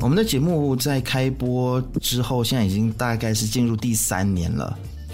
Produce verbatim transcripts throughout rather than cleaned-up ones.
们的节目在开播之后，现在已经大概是进入第三年了。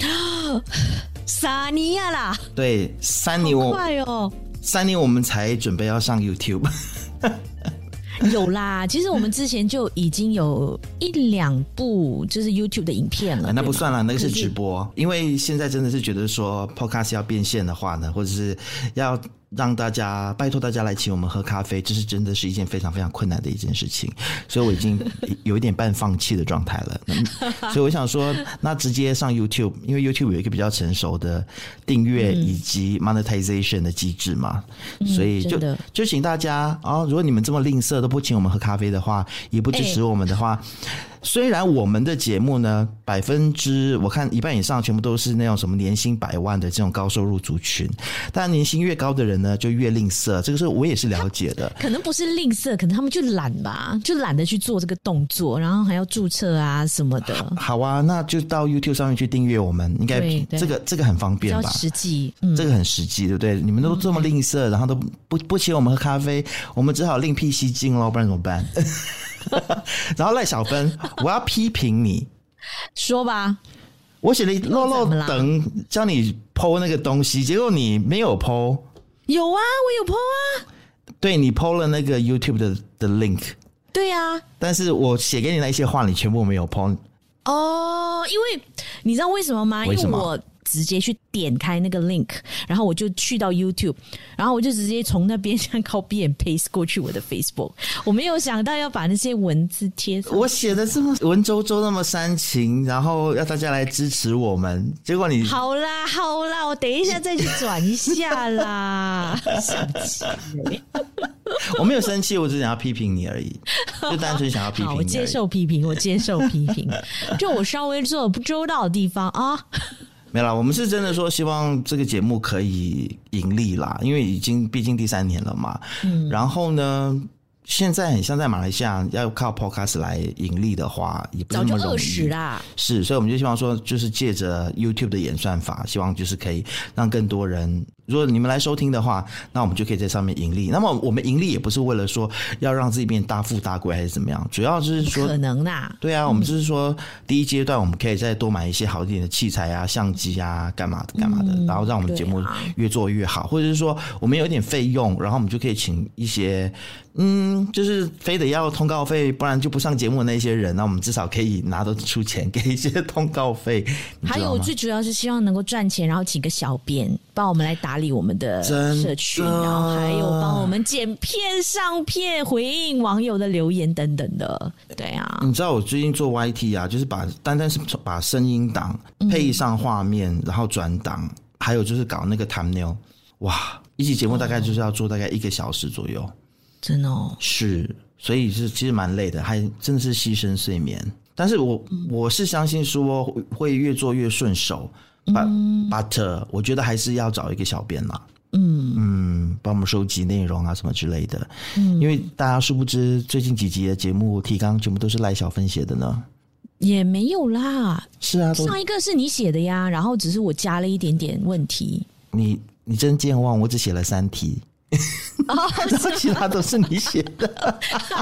三年啊啦！ 对，三年我好快哦， 三年我们才准备要上 YouTube。 有啦，其实我们之前就已经有一两部就是 YouTube 的影片了， 那不算了，那个是直播。因为现在真的是觉得说 Podcast 要变现的话呢，或者是要让大家拜托大家来请我们喝咖啡，这是真的是一件非常非常困难的一件事情，所以我已经有一点半放弃的状态了。所以我想说，那直接上 YouTube， 因为 YouTube 有一个比较成熟的订阅以及 monetization 的机制嘛，嗯、所以就就请大家啊、哦，如果你们这么吝啬都不请我们喝咖啡的话，也不支持我们的话。欸虽然我们的节目呢，百分之我看一半以上全部都是那种什么年薪百万的这种高收入族群，但年薪越高的人呢，就越吝啬，这个是我也是了解的。 可能不是吝啬，可能他们就懒吧，就懒得去做这个动作，然后还要注册啊什么的。 好, 好啊，那就到 YouTube 上面去订阅我们，应该这个这个很方便吧？ 比较实际、嗯，这个很实际，对不对？你们都这么吝啬，然后都不不请我们喝咖啡，我们只好另辟蹊径咯，不然怎么办？然后赖小芬，我要批评你， 说吧。 我写了漏漏等叫你 po 那个东西，结果你没有 po。 有啊，我有 po 啊。 对，你 po 了那个 YouTube 的的 link。 对啊， 但是我写给你那些话，你全部没有 po。 哦，因为你知道为什么吗？ 为什么？ 因为我直接去点开那个 link， 然后我就去到 YouTube， 然后我就直接从那边像 copy and paste 过去我的 Facebook。我没有想到要把那些文字贴上。 我写的这么文绉绉那么煽情，然后要大家来支持我们，结果你好啦好啦，我等一下再去转一下啦。生气我没有生气，我只想要批评你而已，就单纯想要批评你而已。 好，我接受批评，我接受批评。就我稍微做不周到的地方啊。 没啦，我们是真的说希望这个节目可以盈利啦，因为已经毕竟第三年了嘛。嗯，然后呢，现在很像在马来西亚要靠 podcast 来盈利的话，也不是那么容易。早就饿死啦。是，所以我们就希望说，就是借着 YouTube 的演算法，希望就是可以让更多人。如果你们来收听的话，那我们就可以在上面盈利。那么我们盈利也不是为了说要让自己变大富大贵还是怎么样，主要就是说可能啦。 对啊，我们就是说、嗯、第一阶段我们可以再多买一些好一点的器材啊、相机啊、干嘛的干嘛的、嗯，然后让我们节目越做越好，啊、或者是说我们有一点费用，然后我们就可以请一些嗯，就是非得要通告费，不然就不上节目的那些人，那我们至少可以拿得出钱给一些通告费。 还有最主要是希望能够赚钱，然后请个小编帮我们来打理我们的社群，然后还有帮我们剪片、上片、回应网友的留言等等的。对啊， 你知道我最近做 Y T 啊，就是把单单是把声音档配上画面、嗯，然后转档，还有就是搞那个 thumbnail， 哇，一集节目大概就是要做大概一个小时左右。哦，真的哦。是，所以是其实蛮累的，还真的是牺牲睡眠。但是我、嗯、我是相信说会越做越顺手。嗯、but 我觉得还是要找一个小编啦，嗯嗯，帮我们收集内容啊什么之类的，嗯，因为大家殊不知最近几集的节目提纲全部都是赖小芬写的呢。 也没有啦， 是啊， 上一个是你写的呀，然后只是我加了一点点问题。 你你真健忘，我只写了三题，哦，其他都是你写的。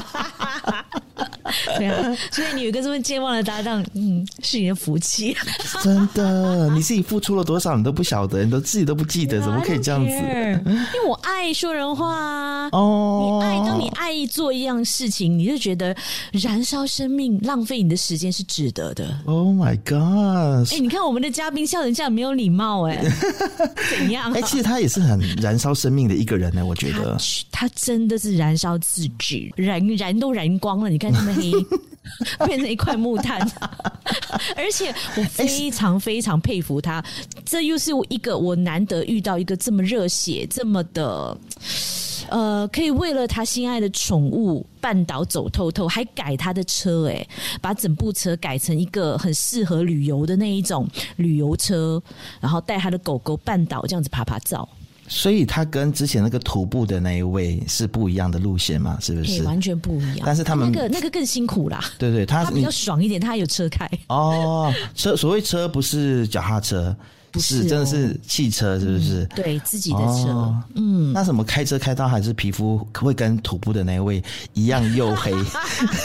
对啊，所以你有一个这么健忘的搭档，嗯，是你的福气。 真的，你自己付出了多少你都不晓得，你都自己都不记得，怎么可以这样子？ 因为我爱说人话啊。哦，你爱，当你爱做一样事情，你就觉得燃烧生命、浪费你的时间是值得的。 Oh my god！ 哎、欸，你看我们的嘉宾笑成这样没有礼貌哎、欸，怎样、啊？ 哎、欸，其实他也是很燃烧生命的一个人呢、欸，我觉得他, 他真的是燃烧自己，燃燃都燃光了。你看他们黑。变成一块木炭，而且我非常非常佩服他，这又是一个我难得遇到一个这么热血、这么的呃，可以为了他心爱的宠物半岛走透透，还改他的车，哎，把整部车改成一个很适合旅游的那一种旅游车，然后带他的狗狗半岛这样子爬爬照。 所以他跟之前那个徒步的那一位是不一样的路线嘛？是不是？ 完全不一样。 但是他们那个那个更辛苦啦。 对对，他他比较爽一点，他还有车开。 哦，车所谓车不是脚踏车，不是、哦、真的是汽车，是不是？ 嗯、对自己的车、哦。嗯， 那什么开车开到还是皮肤会跟徒步的那一位一样黝黑？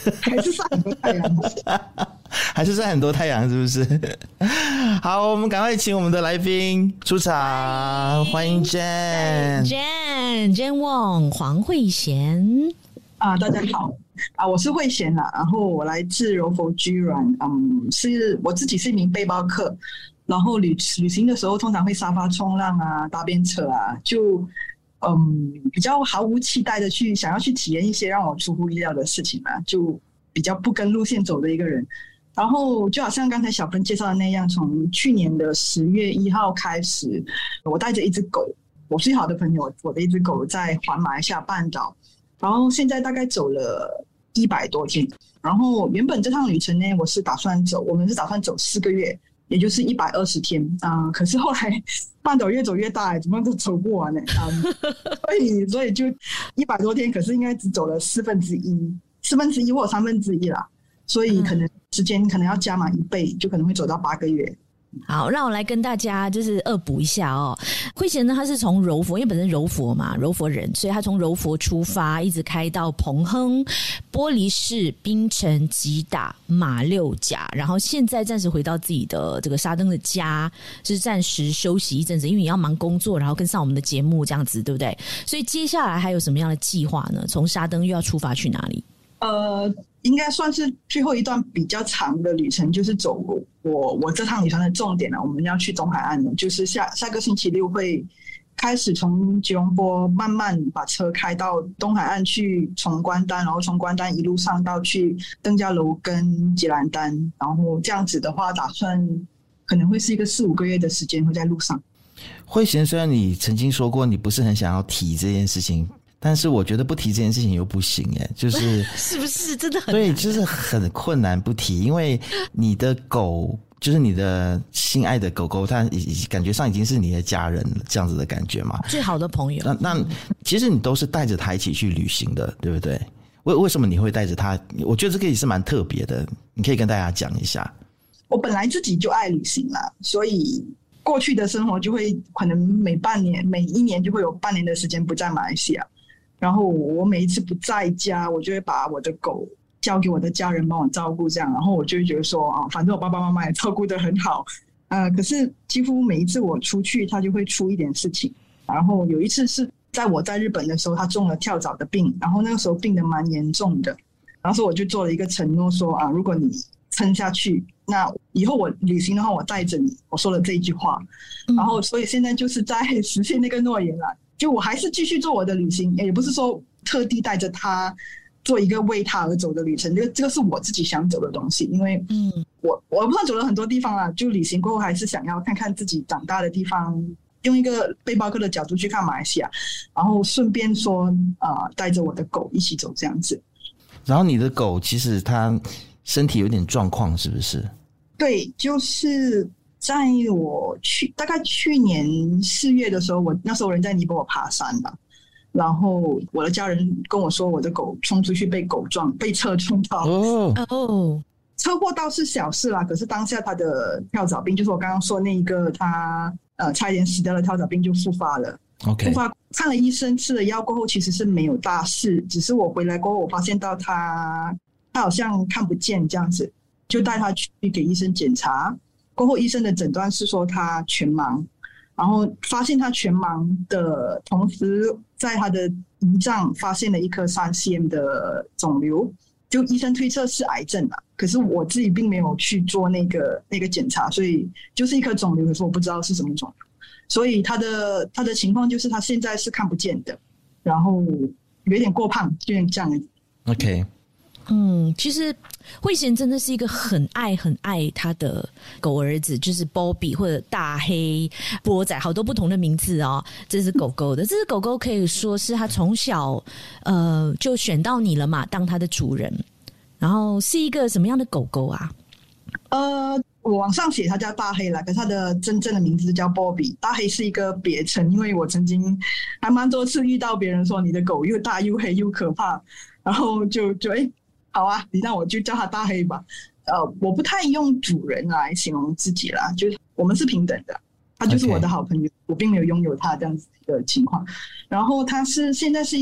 还是晒很多太阳， 还是晒很多太阳，是不是？好，我们赶快请我们的来宾出场，欢迎 Jane Jane Jane Wong 黄慧贤啊，大家好啊，我是慧贤啦，然后我来自柔佛居软，嗯，是我自己是一名背包客，然后旅旅行的时候通常会沙发冲浪啊、搭便车啊，就嗯比较毫无期待的去想要去体验一些让我出乎意料的事情嘛，就比较不跟路线走的一个人。然后就好像刚才小芬介绍的那样，从去年的十月一号开始，我带着一只狗，我最好的朋友，我的一只狗在环马来西亚半岛，然后现在大概走了一百多天。然后原本这趟旅程呢，我是打算走，我们是打算走四个月，也就是一百二十天啊、呃。可是后来半岛越走越大，怎么样都走不完呢、嗯、所以所以就一百多天，可是应该只走了四分之一，四分之一或三分之一啦。所以可能时间可能要加码一倍，就可能会走到八个月。 好，让我来跟大家就是恶补一下哦。慧贤呢，他是从柔佛，因为本身柔佛嘛，柔佛人，所以他从柔佛出发，一直开到彭亨、玻璃市、槟城、吉打、马六甲，然后现在暂时回到自己的这个沙登的家，是暂时休息一阵子，因为你要忙工作，然后跟上我们的节目这样子，对不对？所以接下来还有什么样的计划呢？从沙登又要出发去哪里？ 呃，应该算是最后一段比较长的旅程，就是走我我这趟旅程的重点了。我们要去东海岸了，就是下下个星期六会开始从吉隆坡慢慢把车开到东海岸去，从关丹，然后从关丹一路上到去登嘉楼跟吉兰丹，然后这样子的话，打算可能会是一个四五个月的时间会在路上。 慧贤，虽然你曾经说过你不是很想要提这件事情，但是我觉得不提这件事情又不行耶，就是是不是真的很难？ 对，就是很困难不提，因为你的狗就是你的心爱的狗狗，它感觉上已经是你的家人了，这样子的感觉嘛， 最好的朋友。 那那其实你都是带着它一起去旅行的，对不对？为为什么你会带着它？我觉得这个也是蛮特别的，你可以跟大家讲一下。 我本来自己就爱旅行啦，所以过去的生活就会可能每半年、每一年就会有半年的时间不在马来西亚。然后我每一次不在家，我就会把我的狗交给我的家人帮我照顾，这样，然后我就会觉得说啊，反正我爸爸妈妈也照顾得很好，呃，可是几乎每一次我出去，它就会出一点事情。然后有一次是在我在日本的时候，它中了跳蚤的病，然后那个时候病得蛮严重的，然后我就做了一个承诺说啊，如果你撑下去，那以后我旅行的话，我带着你。我说了这一句话，然后所以现在就是在实现那个诺言了。就我还是继续做我的旅行，也不是说特地带着他做一个为他而走的旅程，这个这个是我自己想走的东西。因为我我不算走了很多地方啦，就旅行过后还是想要看看自己长大的地方，用一个背包客的角度去看马来西亚，然后顺便说啊、呃，带着我的狗一起走这样子。 然后你的狗其实它身体有点状况，是不是？ 对，就是在我去大概去年四月的时候，我那时候人在尼泊尔爬山嘛，然后我的家人跟我说，我的狗冲出去被狗撞，被车撞到。 哦哦， 车祸倒是小事啦，可是当下他的跳蚤病，就是我刚刚说那一个他呃差一点死掉的跳蚤病就复发了。 OK， 复发看了医生，吃了药过后，其实是没有大事，只是我回来过后，我发现到他他好像看不见这样子，就带他去给医生检查。过后医生的诊断是说他全盲，然后发现他全盲的同时，在他的胰脏发现了一颗三 C M 的肿瘤，就医生推测是癌症啦。可是我自己并没有去做那个那个检查，所以就是一颗肿瘤，可是我不知道是什么肿瘤。所以他的他的情况就是他现在是看不见的，然后有点过胖，有点这样。 OK。 嗯，其实慧贤真的是一个很爱很爱他的狗儿子，就是 Bobby 或者大黑波仔，好多不同的名字哦。这是狗狗的，这只狗狗可以说是他从小呃就选到你了嘛，当他的主人。然后是一个什么样的狗狗啊？ 呃，我网上写它叫大黑啦，可是它的真正的名字叫 Bobby。大黑是一个别称，因为我曾经还蛮多次遇到别人说你的狗又大又黑又可怕，然后就就哎。好啊，你让我就叫他大黑吧。呃，我不太用主人来形容自己啦，就是我们是平等的，他就是我的好朋友， okay. 我并没有拥有他这样子的情况。然后他是现在是一只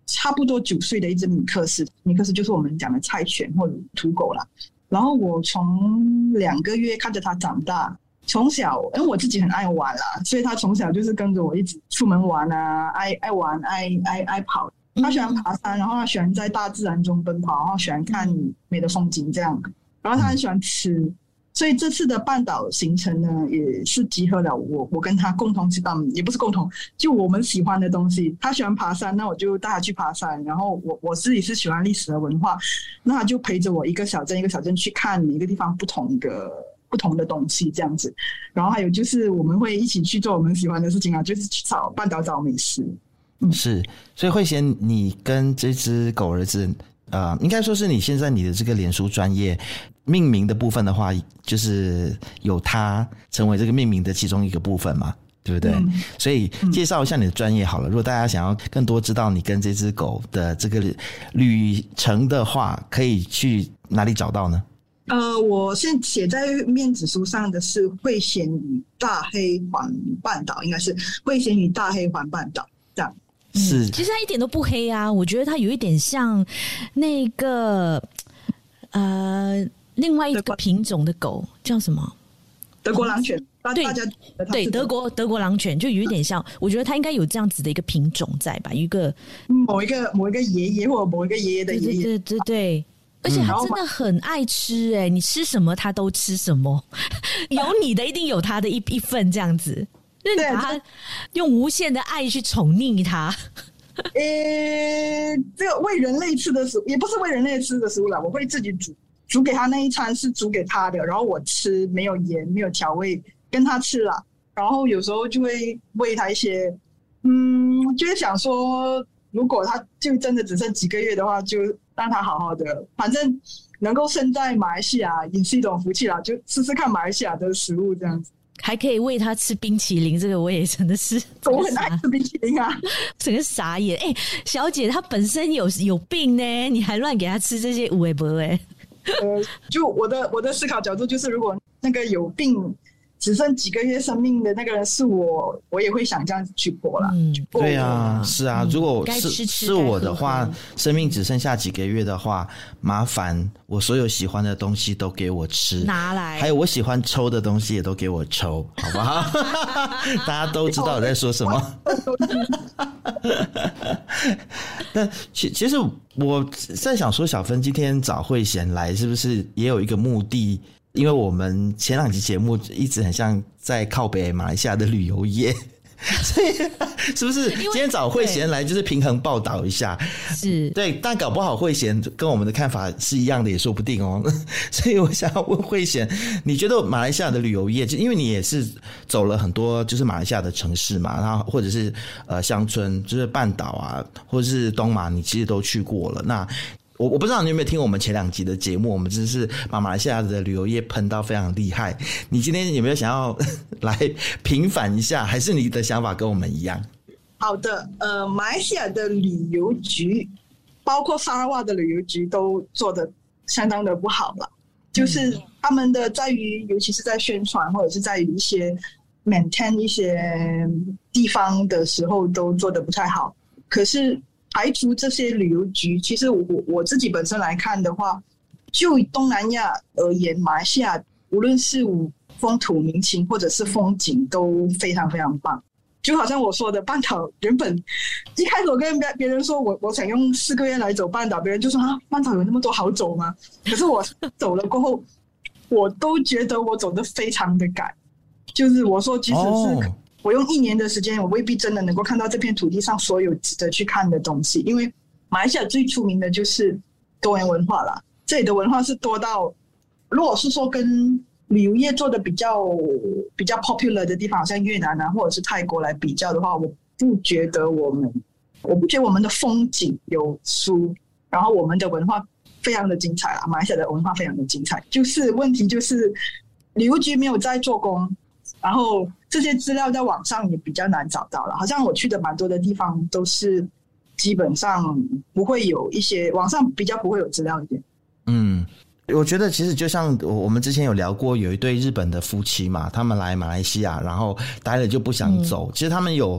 差不多九岁的一只米克斯，米克斯就是我们讲的菜犬或者土狗啦。然后我从两个月看着它长大，从小因为我自己很爱玩啦，所以它从小就是跟着我一直出门玩啊，爱爱玩爱爱爱跑。他喜欢爬山，然后他喜欢在大自然中奔跑，然后喜欢看美的风景这样，然后他很喜欢吃，所以这次的半岛行程呢，也是集合了我我跟他共同知道，也不是共同，就我们喜欢的东西。他喜欢爬山，那我就带他去爬山，然后我我自己是喜欢历史和文化，那他就陪着我一个小镇一个小镇去看每个地方不同的不同的东西这样子。然后还有就是我们会一起去做我们喜欢的事情啊，就是去找半岛找美食。 嗯、是，所以慧娴，你跟这只狗儿子，呃，应该说是你现在你的这个脸书专页命名的部分的话，就是有它成为这个命名的其中一个部分嘛，对不对？嗯、所以介绍一下你的专业好了。如果大家想要更多知道你跟这只狗的这个旅程的话，可以去哪里找到呢？ 呃，我现在写在面子书上的是慧娴与大黑环半岛，应该是慧娴与大黑环半岛这样。 是、 嗯，其实它一点都不黑啊，我觉得它有一点像那个呃另外一个品种的狗叫什么？ 德国狼犬。 对， 大家对德国德国狼犬就有一点像，我觉得它应该有这样子的一个品种在吧？一个某一个某一个爷爷或者某一个爷爷的爷爷， 对对对对。而且它真的很爱吃哎、欸，你吃什么它都吃什么，有你的一定有它的一一份这样子。就是你把它用无限的爱去宠溺它。 呃，这个为人类吃的食物也不是为人类吃的食物啦，我会自己煮，煮给他那一餐是煮给他的，然后我吃没有盐没有调味跟他吃啦。然后有时候就会喂他一些，嗯，就是想说，如果他就真的只剩几个月的话，就让他好好的，反正能够生在马来西亚也是一种福气啦，就试试看马来西亚的食物这样子。 还可以喂他吃冰淇淋，这个我也真的是， 我很爱吃冰淇淋啊， 整个傻眼。哎、欸，小姐她本身有有病呢，你还乱给她吃这些有的没的。 呃，就我的我的思考角度就是，如果那个有病只剩几个月生命的那个人是我，我也会想这样子去播啦。 嗯， 对啊，是啊，如果是、嗯、 吃吃是我的话，生命只剩下几个月的话，麻烦我所有喜欢的东西都给我吃， 拿来， 还有我喜欢抽的东西也都给我抽，好不好？大家都知道我在说什么。但其其实我在想说，小芬今天找慧娴来，是不是也有一个目的？因为我们前两集节目一直很像在靠北马来西亚的旅游业，所以是不是今天找慧娴来就是平衡报道一下？ 是对，但搞不好慧娴跟我们的看法是一样的，也说不定哦。所以我想要问慧娴，你觉得马来西亚的旅游业，就因为你也是走了很多就是马来西亚的城市嘛，然后或者是呃乡村，就是半岛啊，或者是东马，你其实都去过了。那我我不知道你有没有听我们前两集的节目，我们真是把马来西亚的旅游业喷到非常厉害。你今天有没有想要来平反一下，还是你的想法跟我们一样？ 好的，呃，马来西亚的旅游局，包括沙拉瓦的旅游局都做得相当的不好了，就是他们的在于，尤其是在宣传或者是在于一些 maintain 一些地方的时候都做得不太好。可是排除这些旅游局，其实我我自己本身来看的话，就东南亚而言，马来西亚无论是风土民情或者是风景都非常非常棒。就好像我说的，半岛原本一开始我跟别人说我我想用四个月来走半岛，别人就说啊，半岛有那么多好走吗？可是我走了过后，我都觉得我走得非常的赶。就是我说，即使是我用一年的时间，我未必真的能够看到这片土地上所有值得去看的东西。因为马来西亚最出名的就是多元文化啦，这里的文化是多到，如果是说跟旅游业做的比较比较 popular 的地方，好像越南啊或者是泰国来比较的话，我不觉得我们我不觉得我们的风景有输，然后我们的文化非常的精彩啦，马来西亚的文化非常的精彩。就是问题就是旅游局没有在做工，然后这些资料在网上也比较难找到了。好像我去的蛮多的地方都是基本上不会有一些，网上比较不会有资料一点。 嗯。我觉得其实就像我们之前有聊过，有一对日本的夫妻嘛，他们来马来西亚，然后待了就不想走。嗯、其实他们有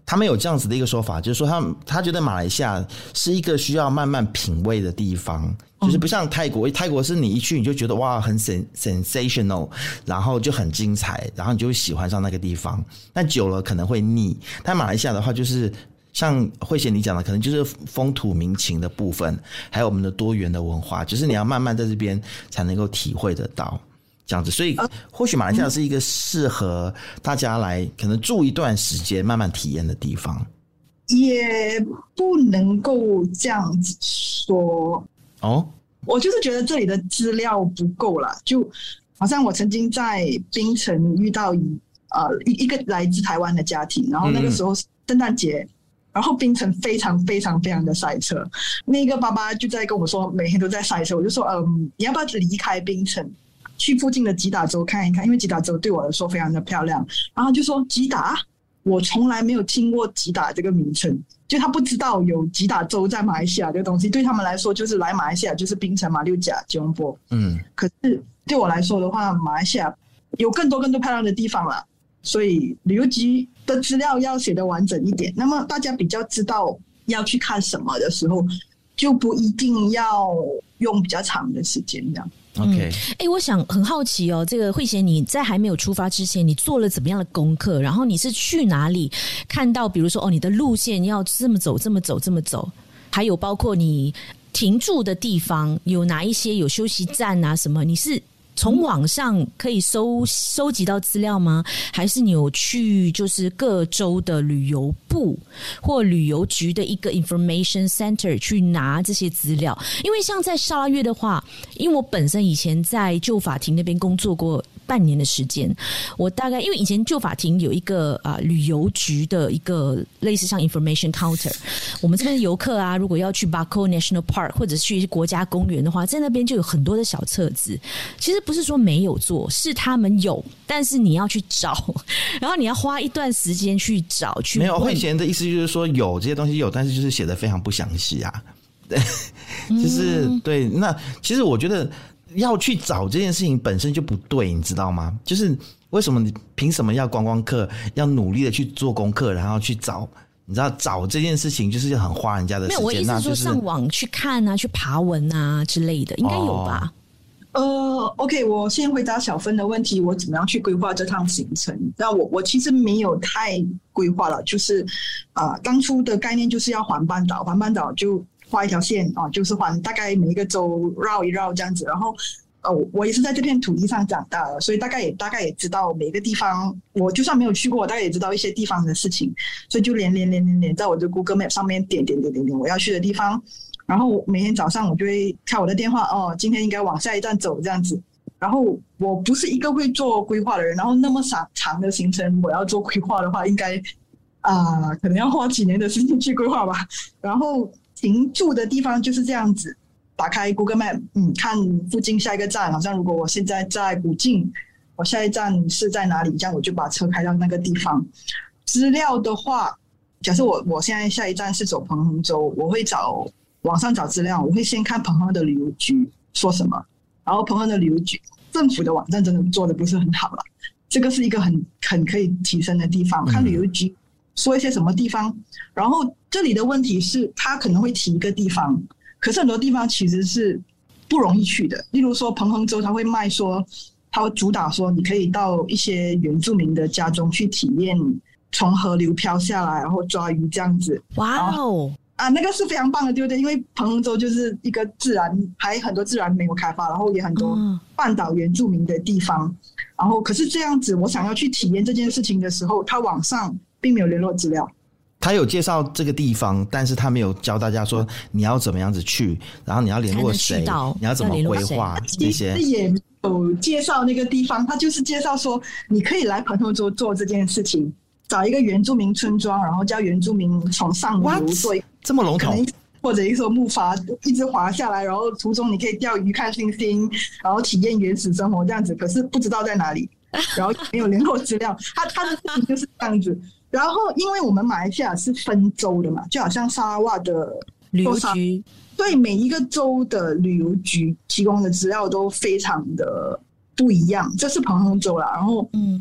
他们有这样子的一个说法，就是说他们他觉得马来西亚是一个需要慢慢品味的地方，就是不像泰国，泰国是你一去你就觉得哇很 sensational， 然后就很精彩，然后你就会喜欢上那个地方，但久了可能会腻。但马来西亚的话就是像慧嫻你讲的，可能就是风土民情的部分，还有我们的多元的文化，就是你要慢慢在这边才能够体会得到这样子。所以或许马来西亚是一个适合大家来可能住一段时间慢慢体验的地方。 也不能够这样子说哦， 我就是觉得这里的资料不够啦，就好像我曾经在槟城遇到一呃一个来自台湾的家庭，然后那个时候是圣诞节、嗯，然后槟城非常非常非常的塞车，那个爸爸就在跟我说每天都在塞车，我就说嗯，你要不要离开槟城去附近的吉打州看一看，因为吉打州对我来说非常的漂亮。然后就说吉打，我从来没有听过吉打这个名称，就他不知道有吉打州在马来西亚这个东西，对他们来说就是来马来西亚就是槟城、马六甲、吉隆坡。嗯，可是对我来说的话，马来西亚有更多更多漂亮的地方了，所以旅游局的资料要写得完整一点，那么大家比较知道要去看什么的时候，就不一定要用比较长的时间这样。 OK， 哎、欸，我想很好奇哦，这个慧嫻你在还没有出发之前，你做了怎么样的功课？然后你是去哪里看到，比如说哦，你的路线要这么走、这么走、这么走，还有包括你停住的地方有哪一些，有休息站啊什么？你是从网上可以收收集到资料吗？还是你有去就是各州的旅游部或旅游局的一个 information center 去拿这些资料？因为像在沙拉越的话，因为我本身以前在旧法庭那边工作过半年的时间，我大概因为以前旧法庭有一个啊、呃、旅游局的一个类似像 information counter， 我们这边的游客啊，如果要去 Bako National Park 或者去国家公园的话，在那边就有很多的小册子。其实不是说没有做，是他们有，但是你要去找，然后你要花一段时间去找去问。 没有，慧嫻的意思就是说有这些东西有，但是就是写得非常不详细啊。对，就是、嗯、对。那其实我觉得要去找这件事情本身就不对，你知道吗？就是为什么你凭什么要观光客要努力的去做功课，然后去找？你知道找这件事情就是很花人家的时间。 没有，我意思是说上网去看啊，去爬文啊之类的，应该有吧？哦呃 ，OK， 我先回答小芬的问题，我怎么样去规划这趟行程？那我我其实没有太规划了，就是啊、呃，当初的概念就是要环半岛，环半岛就画一条线啊、呃，就是环大概每一个州绕一绕这样子。然后呃，我也是在这片土地上长大的，所以大概也大概也知道每个地方，我就算没有去过，我大概也知道一些地方的事情，所以就连连连连连在我的 Google Map 上面点点点点点我要去的地方。然后每天早上我就会看我的电话，哦，今天应该往下一站走这样子。然后我不是一个会做规划的人，然后那么长的行程我要做规划的话，应该啊、呃、可能要花几年的时间去规划吧。然后停住的地方就是这样子，打开 Google Map， 嗯，看附近下一个站，好像如果我现在在古晋，我下一站是在哪里，这样我就把车开到那个地方。资料的话，假设我我现在下一站是走彭亨州，我会找网上找资料，我会先看彭亨的旅游局说什么，然后彭亨的旅游局政府的网站真的做的不是很好了，这个是一个很很可以提升的地方，看旅游局说一些什么地方。然后这里的问题是他可能会提一个地方，可是很多地方其实是不容易去的，例如说彭亨州他会卖说，他会主打说你可以到一些原住民的家中去体验从河流飘下来然后抓鱼这样子。 哇哦啊，那个是非常棒的，对不对？因为彭亨州就是一个自然，还很多自然没有开发，然后也很多半岛原住民的地方。嗯、然后，可是这样子，我想要去体验这件事情的时候，他网上并没有联络资料。 他有介绍这个地方，但是他没有教大家说你要怎么样子去，然后你要联络谁，你要怎么规划这些。 也没有介绍那个地方，他就是介绍说你可以来彭亨州做这件事情。找一个原住民村庄，然后叫原住民从上游做这么笼统， 或者一艘木筏一直滑下来，然后途中你可以钓鱼、看星星，然后体验原始生活这样子。可是不知道在哪里，然后没有联络资料。他他的事情就是这样子。然后因为我们马来西亚是分州的嘛，就好像沙拉瓦的旅游局， 对每一个州的旅游局提供的资料都非常的不一样。这是彭亨州啦，然后嗯。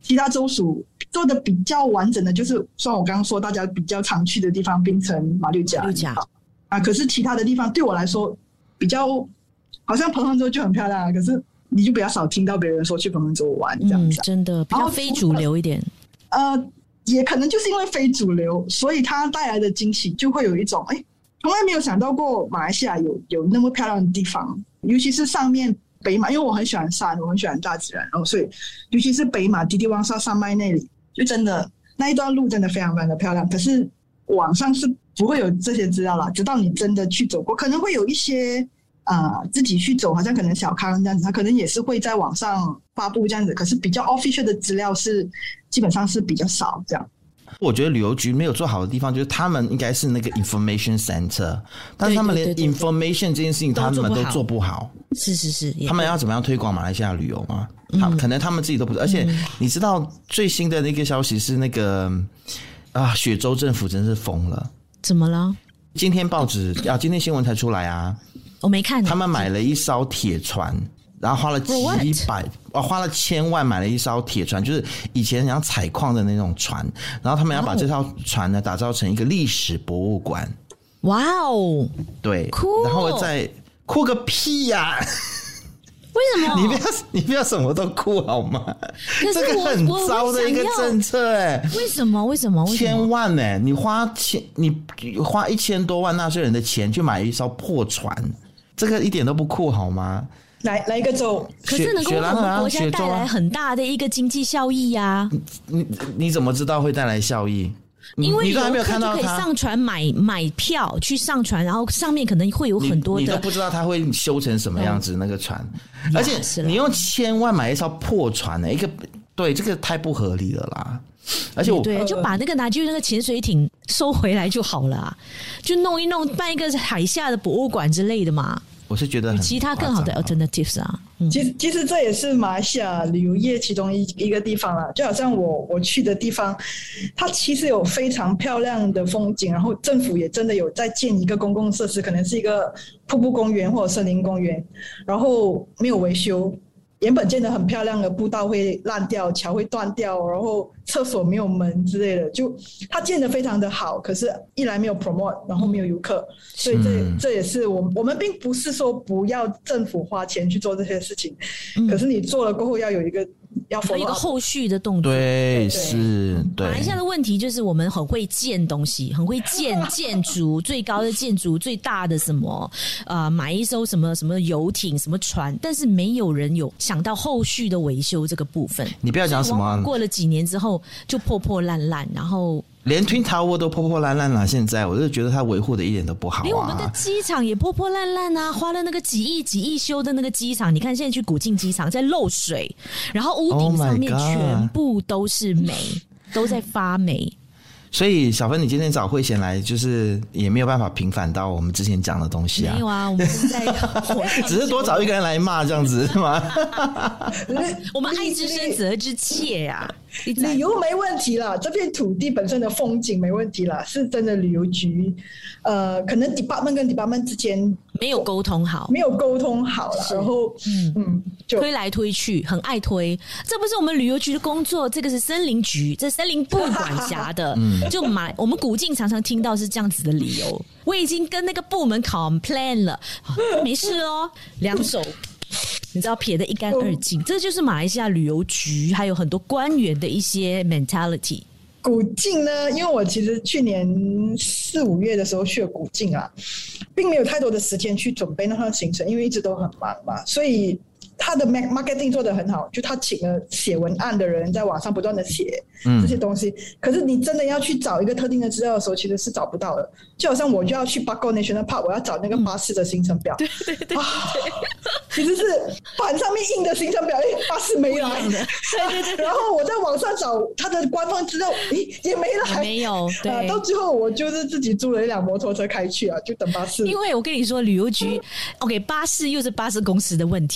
其他州属做的比较完整的，就是像我刚刚说大家比较常去的地方，槟城、马六甲、 马六甲啊，可是其他的地方对我来说比较，好像彭亨州就很漂亮啊，可是你就比较少听到别人说去彭亨州玩这样子、啊嗯，真的比较非主流一点。 呃，也可能就是因为非主流，所以它带来的惊喜就会有一种，哎，从来没有想到过马来西亚有有那么漂亮的地方，尤其是上面北马，因为我很喜欢山，我很喜欢大自然，然后所以尤其是北马迪迪旺沙山脉那里，就真的那一段路真的非常非常的漂亮。可是网上是不会有这些资料啦，直到你真的去走过，可能会有一些啊、呃、自己去走，好像可能小康这样子，他可能也是会在网上发布这样子，可是比较 official 的资料是基本上是比较少这样。 我觉得旅游局没有做好的地方，就是他们应该是那个 information center， 但是他们连 information 这件事情他们都做不好。 是是是， 他们要怎么样推广马来西亚旅游吗？他、嗯、可能他们自己都不知道。而且你知道最新的那个消息是那个啊，雪州政府真是疯了。 怎么了？ 今天报纸啊，今天新闻才出来啊， 我没看。 他们买了一艘铁船。然后花了几百，哦，花了千万买了一艘铁船，就是以前像采矿的那种船。然后他们要把这艘船呢打造成一个历史博物馆。 哇哦， 对， 酷！ 然后再酷个屁呀、啊！ 为什么？ 你不要你不要什么都酷好吗？ 这个很糟的一个政策哎、欸。 为什么？为什么？ 千万哎、欸！你花千你花一千多万纳税人的钱去买一艘破船，这个一点都不酷好吗？ 来来一个州， 可是能够为我们国家带来很大的一个经济效益呀、啊。 你你怎么知道会带来效益？ 因为你都还没有看到他，就可以上船买买票去上船，然后上面可能会有很多的， 你, 你都不知道他会修成什么样子、嗯、那个船，而且你用千万买一艘破船呢、欸，一个对这个太不合理了啦。而且我对，就把那个拿去那个潜水艇收回来就好了、啊，就弄一弄办一个海下的博物馆之类的嘛。 我是觉得很其他更好的 alternatives 啊， 嗯、其实其实这也是马来西亚旅游业其中一一个地方啦，就好像我我去的地方，它其实有非常漂亮的风景，然后政府也真的有在建一个公共设施，可能是一个瀑布公园或者森林公园，然后没有维修。原本建得很漂亮的步道会烂掉，桥会断掉，然后厕所没有门之类的，就它建得非常的好，可是一来没有 promote， 然后没有游客，所以这、嗯、这也是我我们并不是说不要政府花钱去做这些事情、嗯、可是你做了过后要有一个要有一个后续的动作。 对，是，对。 马来西亚的问题就是我们很会建东西，很会建建筑，最高的建筑，最大的什么呃，买一艘什么什么游艇，什么船，但是没有人有想到后续的维修这个部分。 你不要讲什么， 过了几年之后就破破烂烂，然后。 连 Twin Tower 都破破烂烂了，现在我就觉得它维护的一点都不好、啊。 连我们的机场也破破烂烂啊，花了那个几亿几亿修的那个机场，你看现在去古晋机场在漏水，然后屋顶上面全部都是霉， oh、都在发霉。 所以小芬，你今天找慧贤来，就是也没有办法平反到我们之前讲的东西啊。 没有啊，我们是在只是多找一个人来骂这样子是吗？ 我们爱之深责之切呀、啊。 旅游没问题啦，这片土地本身的风景没问题啦，是真的旅游局，呃，可能 department 跟 department 之间没有沟通好， 没有沟通好了，然后嗯嗯，就推来推去，很爱推，这不是我们旅游局的工作，这个是森林局，这森林部管辖的，就买我们古晋常常听到是这样子的理由，我已经跟那个部门 complain 了，没事哦，两手。你知道撇得一干二净、嗯、这就是马来西亚旅游局还有很多官员的一些 mentality。 古晋呢，因为我其实去年四五月的时候去了古晋啊，并没有太多的时间去准备那趟行程，因为一直都很忙嘛，所以他的 marketing 做得很好，就他请了写文案的人在网上不断的写这些东西、嗯、可是你真的要去找一个特定的资料的时候其实是找不到的，就好像我就要去 Bago National Park， 我要找那个巴士的行程表、 嗯、对对对、啊、 其实是板上面印的行程表，诶，巴士没来，对对对，然后我在网上找他的官方资料，诶，也没来， 没有，对、 啊，到最后我就是自己租了一辆摩托车开去啊，就等巴士。 因为我跟你说旅游局OK 巴士又是巴士公司的问题，旅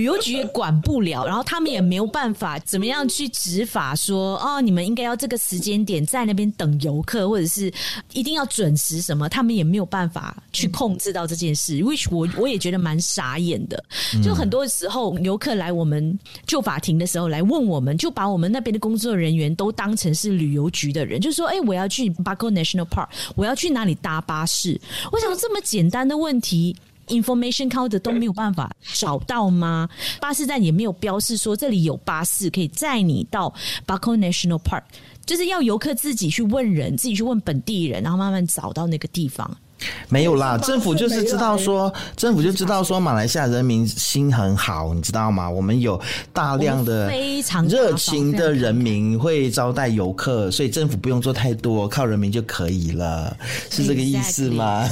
旅游局也管不了，然后他们也没有办法怎么样去执法说哦，你们应该要这个时间点在那边等游客，或者是一定要准时什么，他们也没有办法去控制到这件事、嗯、which 我我也觉得蛮傻眼的。就很多时候游客来我们旧法庭的时候来问我们，就把我们那边的工作人员都当成是旅游局的人，就说哎、欸，我要去 Bako National Park， 我要去哪里搭巴士。我想这么简单的问题information counter 都没有办法找到吗？巴士站也没有标示说这里有巴士可以载你到 Bako National Park， 就是要游客自己去问人，自己去问本地人，然后慢慢找到那个地方。 没有啦，政府就是知道说，政府就知道说，马来西亚人民心很好，你知道吗？我们有大量的非常热情的人民会招待游客，所以政府不用做太多，靠人民就可以了，是这个意思吗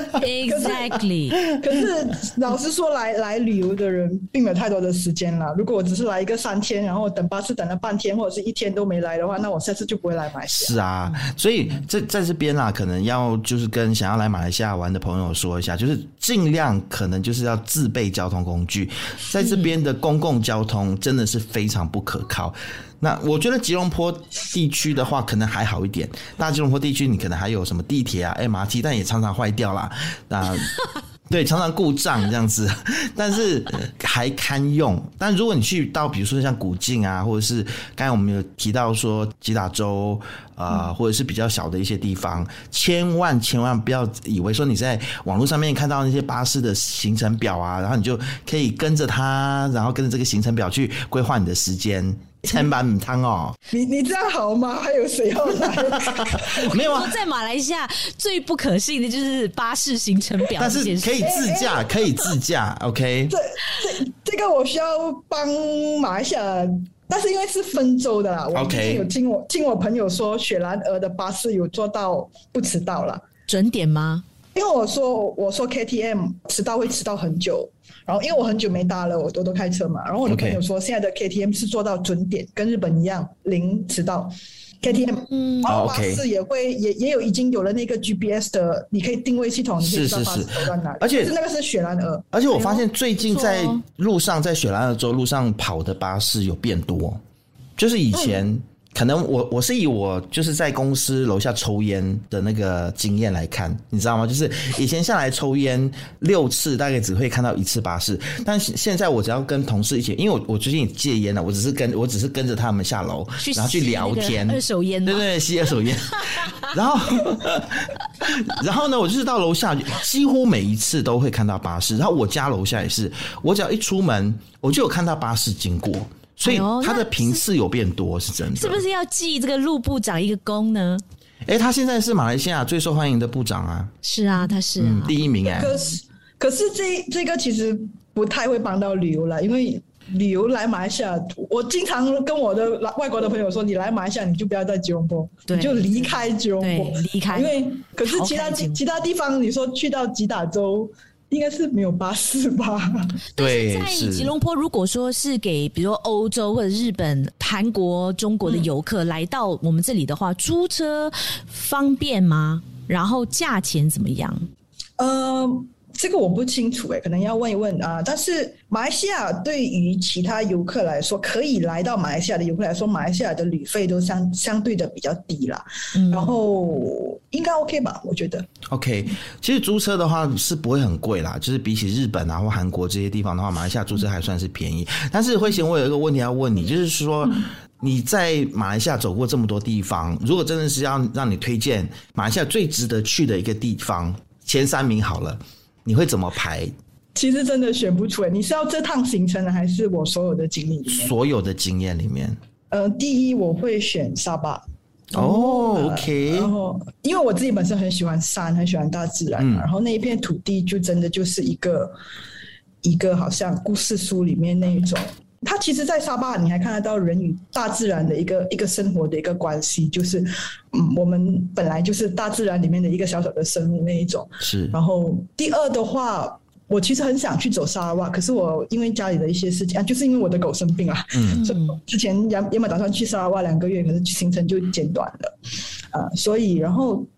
？Exactly。 可是老实说来，来旅游的人并没有太多的时间啦。如果我只是来一个三天，然后等巴士等了半天或者是一天都没来的话，那我下次就不会来马来西亚。 是啊，所以在在这边啦，可能要就是跟想要来马来西亚玩的朋友说一下，就是尽量可能就是要自备交通工具，在这边的公共交通真的是非常不可靠。那我觉得吉隆坡地区的话可能还好一点，大吉隆坡地区你可能还有什么地铁啊 M R T， 但也常常坏掉啦，那对，常常故障这样子，但是还堪用。但如果你去到比如说像古晋啊，或者是刚才我们有提到说吉打州啊、呃，或者是比较小的一些地方，千万千万不要以为说你在网络上面看到那些巴士的行程表啊，然后你就可以跟着它，然后跟着这个行程表去规划你的时间。千万唔通哦！ 你你这样好吗？还有谁要来？ 没有啊， 在马来西亚最不可信的就是巴士行程表， 但是可以自驾，可以自驾。OK， 这这这个我需要帮马来西亚。但是因为是分州的啦，我有听我听我朋友说，雪兰莪的巴士有做到不迟到了， 准点吗？ 因为我说我说 K T M 迟到会迟到很久，然后因为我很久没搭了，我都都开车嘛，然后我的朋友说现在的 K T M 是做到准点，跟日本一样零迟到 K T M， 嗯，然后巴士也会、oh, okay. 也也有已经有了那个 G P S 的，你可以定位系统，你可以知道巴士走到哪里，而且那个是雪兰莪， 而且我发现最近在路上，在雪兰莪州路上跑的巴士有变多，就是以前。嗯可能我我是以我就是在公司楼下抽烟的那个经验来看，你知道吗？就是以前下来抽烟六次大概只会看到一次巴士，但现在我只要跟同事一起，因为我我最近戒烟了，我只是跟我只是跟着他们下楼，然后去聊天， 二手烟， 对对，吸二手烟，然后然后呢，我就是到楼下，几乎每一次都会看到巴士，然后我家楼下也是，我只要一出门，我就有看到巴士经过。所以他的频次有变多，是真的。 是不是要记这个陆部长一个功呢？ 哎、欸，他现在是马来西亚最受欢迎的部长啊。 是啊，他是、啊嗯、 第一名哎、欸。 可是，可是这这个其实不太会帮到旅游啦，因为旅游来马来西亚，我经常跟我的外国的朋友说，你来马来西亚你就不要在吉隆坡，你就离开吉隆坡， 离开。 因为可是其他其他地方，你说去到吉打州。应该是没有巴士吧？ 对， 但是在吉隆坡，如果说是给比如说欧洲或者日本、韩国、中国的游客来到我们这里的话，嗯、租车方便吗？然后价钱怎么样？ 呃，这个我不清楚哎、欸，可能要问一问啊。但是马来西亚对于其他游客来说，可以来到马来西亚的游客来说，马来西亚的旅费都相相对的比较低啦。嗯、然后应该 OK 吧？我觉得 OK。其实租车的话是不会很贵啦，就是比起日本啊或韩国这些地方的话，马来西亚租车还算是便宜。但是慧贤，我有一个问题要问你，就是说。嗯你在马来西亚走过这么多地方，如果真的是要让你推荐马来西亚最值得去的一个地方，前三名好了，你会怎么排？ 其实真的选不出来，你是要这趟行程还是我所有的经历里面？ 所有的经验里面， 呃，第一我会选沙巴。 哦、呃、，OK。 然后，因为我自己本身很喜欢山，很喜欢大自然、嗯，然后那一片土地就真的就是一个一个好像故事书里面那一种。它其实在沙巴你还看得到人与大自然的一个一个生活的一个关系，就是嗯，我们本来就是大自然里面的一个小小的生物那一种。 是。 然后第二的话，我其实很想去走沙拉瓦，可是我因为家里的一些事情啊，就是因为我的狗生病啊，嗯，所以之前原本打算去沙拉瓦两个月，可是行程就减短了啊，所以然后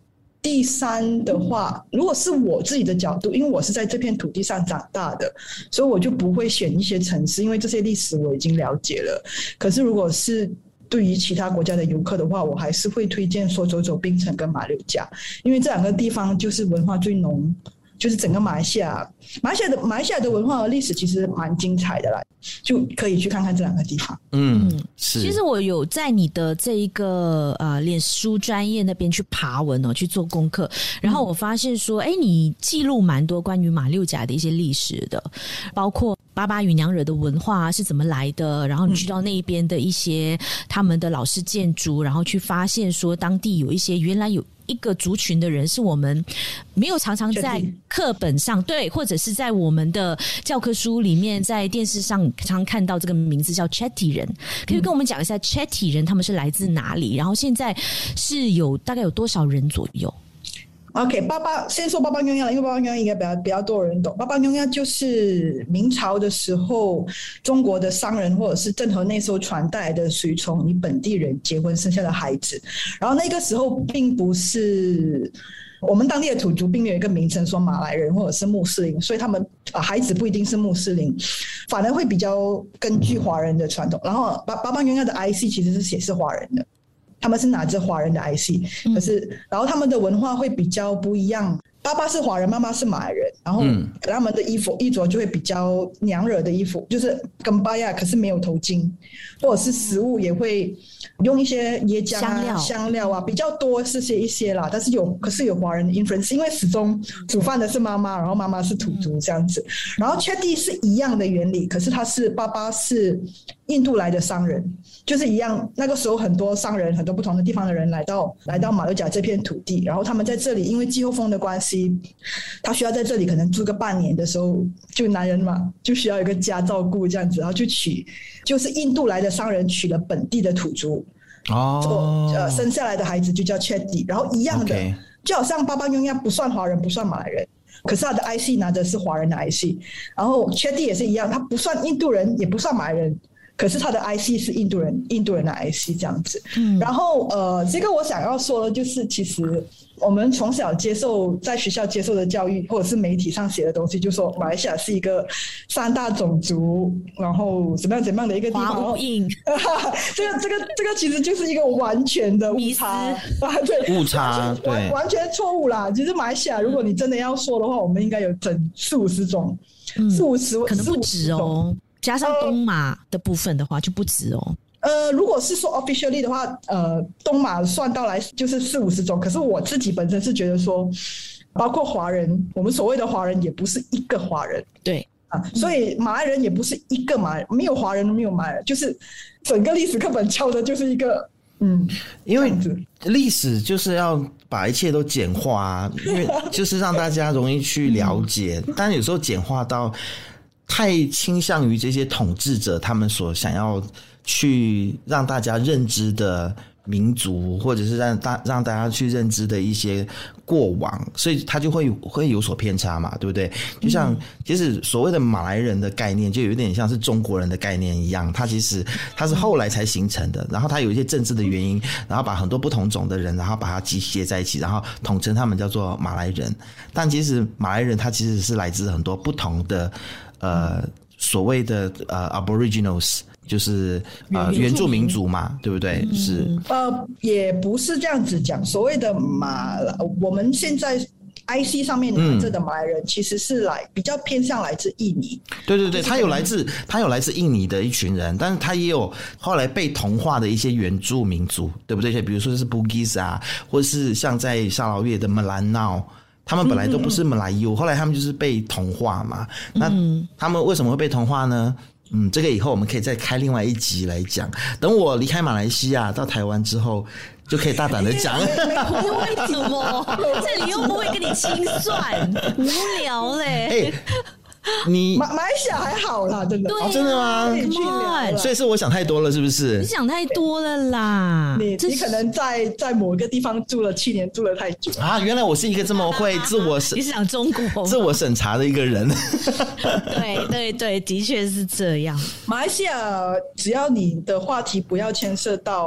第三的话，如果是我自己的角度，因为我是在这片土地上长大的，所以我就不会选一些城市，因为这些历史我已经了解了。可是如果是对于其他国家的游客的话，我还是会推荐说走走槟城跟马六甲，因为这两个地方就是文化最浓，就是整个马来西亚，马来西亚的马来西亚的文化和历史其实蛮精彩的啦，就可以去看看这两个地方。 嗯，是。 其实我有在你的这一个呃脸书专页那边去爬文哦，去做功课，然后我发现说，哎、嗯，你记录蛮多关于马六甲的一些历史的，包括巴巴与娘惹的文化是怎么来的，然后你去到那边的一些他们的老式建筑，然后去发现说当地有一些原来有一个族群的人是我们没有常常在课本上，对，或者是在我们的教科书里面，在电视上常看到这个名字叫 Chetty 人，可以跟我们讲一下 Chetty 人他们是来自哪里，然后现在是有大概有多少人左右 ？OK， 巴巴先说巴巴妞亚，因为巴巴妞亚应该比较比较多人懂。巴巴妞亚就是明朝的时候，中国的商人或者是郑和那艘船带来的随从与本地人结婚生下的孩子。然后那个时候并不是我们当地的土族，并没有一个名称说马来人或者是穆斯林，所以他们孩子不一定是穆斯林，反而会比较根据华人的传统。然后巴巴巴妞亚的 I C 其实是写是华人的。他们是拿着华人的 I C， 可是、嗯、然后他们的文化会比较不一样，爸爸是华人，妈妈是马来人，然后他们的衣服衣着就会比较娘惹的衣服，就是跟巴亚，可是没有头巾，或者是食物也会用一些椰浆啊、香料, 香料啊，比较多是些一些啦，但是有可是有华人的 influence， 因为始终煮饭的是妈妈，然后妈妈是土族这样子，然后 Chetty 是一样的原理，可是他是爸爸是印度来的商人，就是一样，那个时候很多商人，很多不同的地方的人来到来到马六甲这片土地，然后他们在这里因为季候风的关系，他需要在这里可能住个半年的时候，就男人嘛，就需要有一个家照顾这样子，然后就娶，就是印度来的商人娶了本地的土族， 哦， 呃，生下来的孩子就叫 Chetty， 然后一样的， okay. 就好像巴巴妞亚不算华人，不算马来人。可是他的 I C 拿的是华人的 I C， 然后 Chetty 也是一样，他不算印度人，也不算马来人，可是他的 I C 是印度人，印度人的 I C 这样子。嗯，然后呃，这个我想要说的就是，其实我们从小接受在学校接受的教育，或者是媒体上写的东西，就说马来西亚是一个三大种族，然后怎么样怎么样的一个地方。 华印， 这个这个这个其实就是一个完全的误差啊，对， 误差，对， 完全错误啦。其实马来西亚，如果你真的要说的话，我们应该有整四五十种， 嗯、 四五十， 可能不止哦。加上东马的部分的话，就不止哦。 呃，如果是说 officially 的话，呃，东马算到来就是四五十种。可是我自己本身是觉得说，包括华人，我们所谓的华人也不是一个华人， 对啊，所以马来人也不是一个马来人，没有华人，没有马来人，就是整个历史课本教的就是一个，嗯， 因为历史就是要把一切都简化，因为就是让大家容易去了解，嗯、但有时候简化到太倾向于这些统治者他们所想要去让大家认知的民族，或者是让大让大家去认知的一些过往，所以他就会会有所偏差嘛，对不对？就像其实所谓的马来人的概念，就有点像是中国人的概念一样，它其实它是后来才形成的，然后它有一些政治的原因，然后把很多不同种的人，然后把它集结在一起，然后统称他们叫做马来人。但其实马来人他其实是来自很多不同的呃所谓的呃 Aboriginals。就是呃原住民族嘛，对不对？嗯、是呃也不是这样子讲，所谓的马，我们现在 I C 上面拿着的马来人、嗯、其实是来比较偏向来自印尼。 对对对，他有来自他有来自印尼的一群人，但是他也有后来被同化的一些原住民族，对不对？比如说是 Bugis 啊，或是像在沙劳越的 Melanau。他们本来都不是马来裔，后来他们就是被同化嘛。那他们为什么会被同化呢？嗯，这个以后我们可以再开另外一集来讲。等我离开马来西亚到台湾之后，就可以大胆的讲。 为什么？这里又不会跟你清算，无聊嘞。 欸你马马来西亚还好啦，真的。 对、啊哦，真的吗？所以是我想太多了，是不是？ 你想太多了啦！ 你你可能在在某一个地方住了七年，住了太久啊！原来我是一个这么会自我审， 你是想中国自我审查的一个人。 对对对，的确是这样。 马来西亚只要你的话题不要牵涉到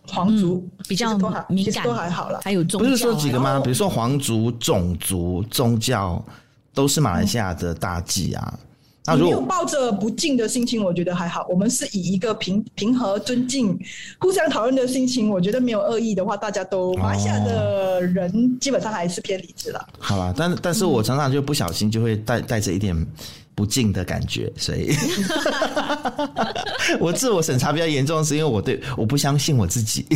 皇族、 嗯、比较敏感， 其实都还好啦。 还有宗教、啊， 不是说几个吗？比如说皇族、种族、宗教都是马来西亚的大忌啊。嗯， 你没有抱着不敬的心情，我觉得还好。我们是以一个平平和、尊敬、互相讨论的心情，我觉得没有恶意的话，大家都马来西亚的人基本上还是偏理智啦。 好啦，但但是我常常就不小心就会带带着一点不敬的感觉，所以我自我审查比较严重，是因为我对我不相信我自己。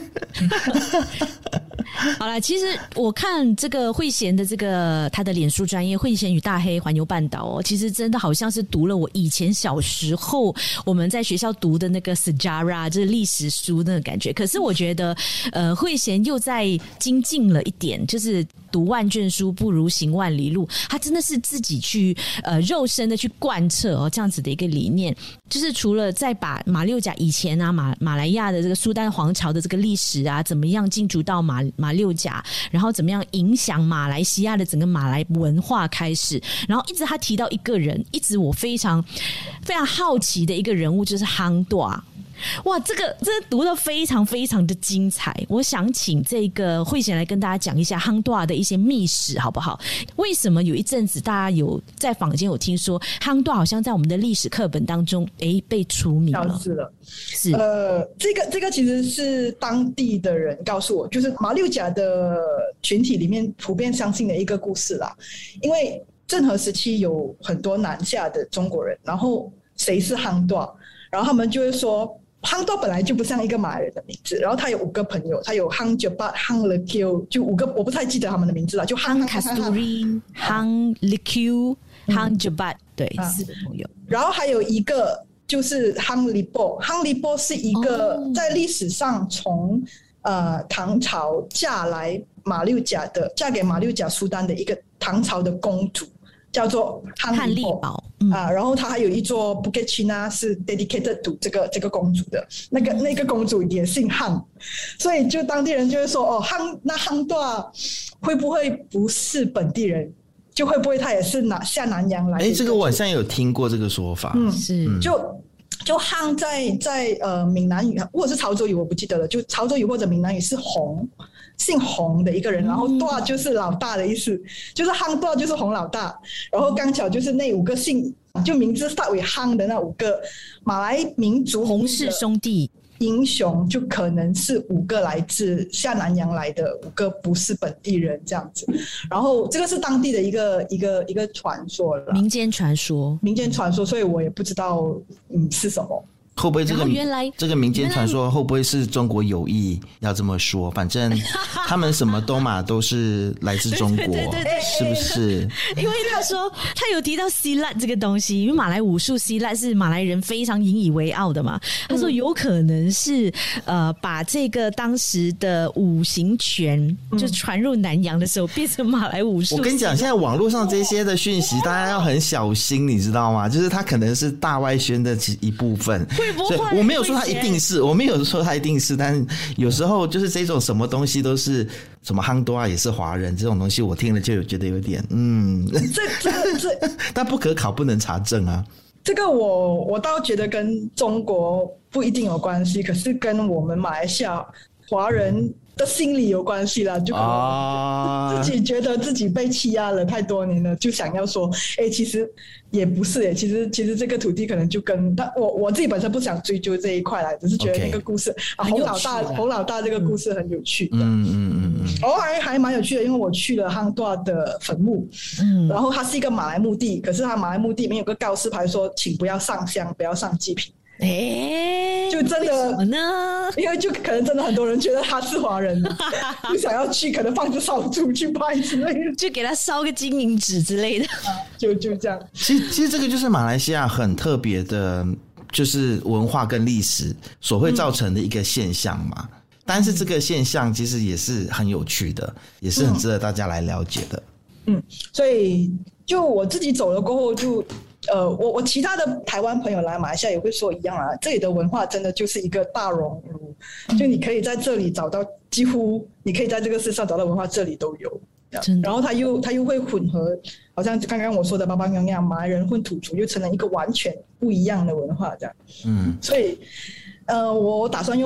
好啦，其实我看这个慧贤的这个他的脸书专页慧贤与大黑环游半岛哦，其实真的好像是读了我以前小时候我们在学校读的那个 Sejarah 就是历史书那个感觉。可是我觉得呃慧贤又在精进了一点，就是读万卷书不如行万里路，他真的是自己去呃肉身的去贯彻哦这样子的一个理念，就是除了在把马六甲以前啊马马来亚的这个苏丹皇朝的这个历史啊怎么样进驻到马马六甲，然后怎么样影响马来西亚的整个马来文化开始，然后一直他提到一个人，一直我非常非常好奇的一个人物就是夯多。哇，这个这个读得非常非常的精彩，我想请这个慧贤来跟大家讲一下夯多的一些秘史好不好？为什么有一阵子大家有在坊间有听说夯多好像在我们的历史课本当中诶被除名了， 消失了。 是呃，这个这个其实是当地的人告诉我，就是马六甲的群体里面普遍相信的一个故事啦。因为郑和时期有很多南下的中国人，然后谁是夯多，然后他们就会说夯多本来就不像一个马来人的名字，然后他有五个朋友，他有夯九巴、夯勒 Q， 就五个，我不太记得他们的名字了，就夯卡斯图里、夯勒 Q、夯九巴，对，四个朋友。 然后还有一个就是夯利波，夯利波是一个在历史上从呃唐朝嫁来马六甲的，嫁给马六甲苏丹的一个唐朝的公主。叫做汉利堡、 嗯、啊，然后它还有一座 Bukit China 是 dedicated to 这个这个公主的，那个那个公主也姓汉，所以就当地人就会说哦，汉那夯多会不会不是本地人？就会不会他也是拿下南洋来的？ 哎，这个我好像有听过这个说法， 嗯， 是就。就夯在在呃闽南语或者是潮州语我不记得了，就潮州语或者闽南语是洪，姓洪的一个人，然后多就是老大的意思，就是夯多就是洪老大，然后刚巧就是那五个姓就名字 start with 夯的那五个马来民族洪氏兄弟英雄，就可能是五个来自下南洋来的，五个不是本地人这样子。然后这个是当地的一个一个一个传说了， 民间传说， 民间传说，所以我也不知道嗯是什么。 会不会这个原来这个民间传说会不会是中国有意要这么说？反正他们什么都嘛都是来自中国， 对对对对对， 是不是？ 因为他说他有提到希腊这个东西，因为马来武术希腊是马来人非常引以为傲的嘛。他说有可能是呃把这个当时的五行拳就传入南洋的时候变成马来武术。 我跟你讲，现在网络上这些的讯息，大家要很小心，你知道吗？就是它可能是大外宣的一部分。 会不会？ 我没有说他一定是，我没有说他一定是，但有时候就是这种什么东西都是什么夯多啊，也是华人这种东西，我听了就有觉得有点嗯， 这这这， 但不可考，不能查证啊。 这个我我倒觉得跟中国不一定有关系，可是跟我们马来西亚华人的心理有关系啦，就可能自己觉得自己被欺压了太多年了，就想要说，哎、欸，其实也不是哎、欸，其实其实这个土地可能就跟，但我我自己本身不想追究这一块来，只是觉得那个故事、okay. 啊，洪老大洪老大这个故事很有趣的， 嗯嗯嗯嗯， 哦还还蛮有趣的，因为我去了夯多的坟墓，嗯，然后它是一个马来墓地，可是它马来墓地里面有个告示牌说，请不要上香，不要上祭品。 哎、欸， 就真的为什么呢？ 因为就可能真的很多人觉得他是华人，就想要去，可能放着烧猪去拜之类的， 就给他烧个金银纸之类的， 就就这样。 其实，其实这个就是马来西亚很特别的，就是文化跟历史所会造成的一个现象嘛。嗯、但是这个现象其实也是很有趣的，也是很值得大家来了解的。 嗯，所以就我自己走了过后就。呃，我我其他的台湾朋友来马来西亚也会说一样啊，这里的文化真的就是一个大熔炉，就你可以在这里找到几乎你可以在这个世上找到文化，这里都有。然后他又他又会混合，好像刚刚我说的巴邦那样，马来人混土族，又成了一个完全不一样的文化这样。嗯，所以呃，我打算用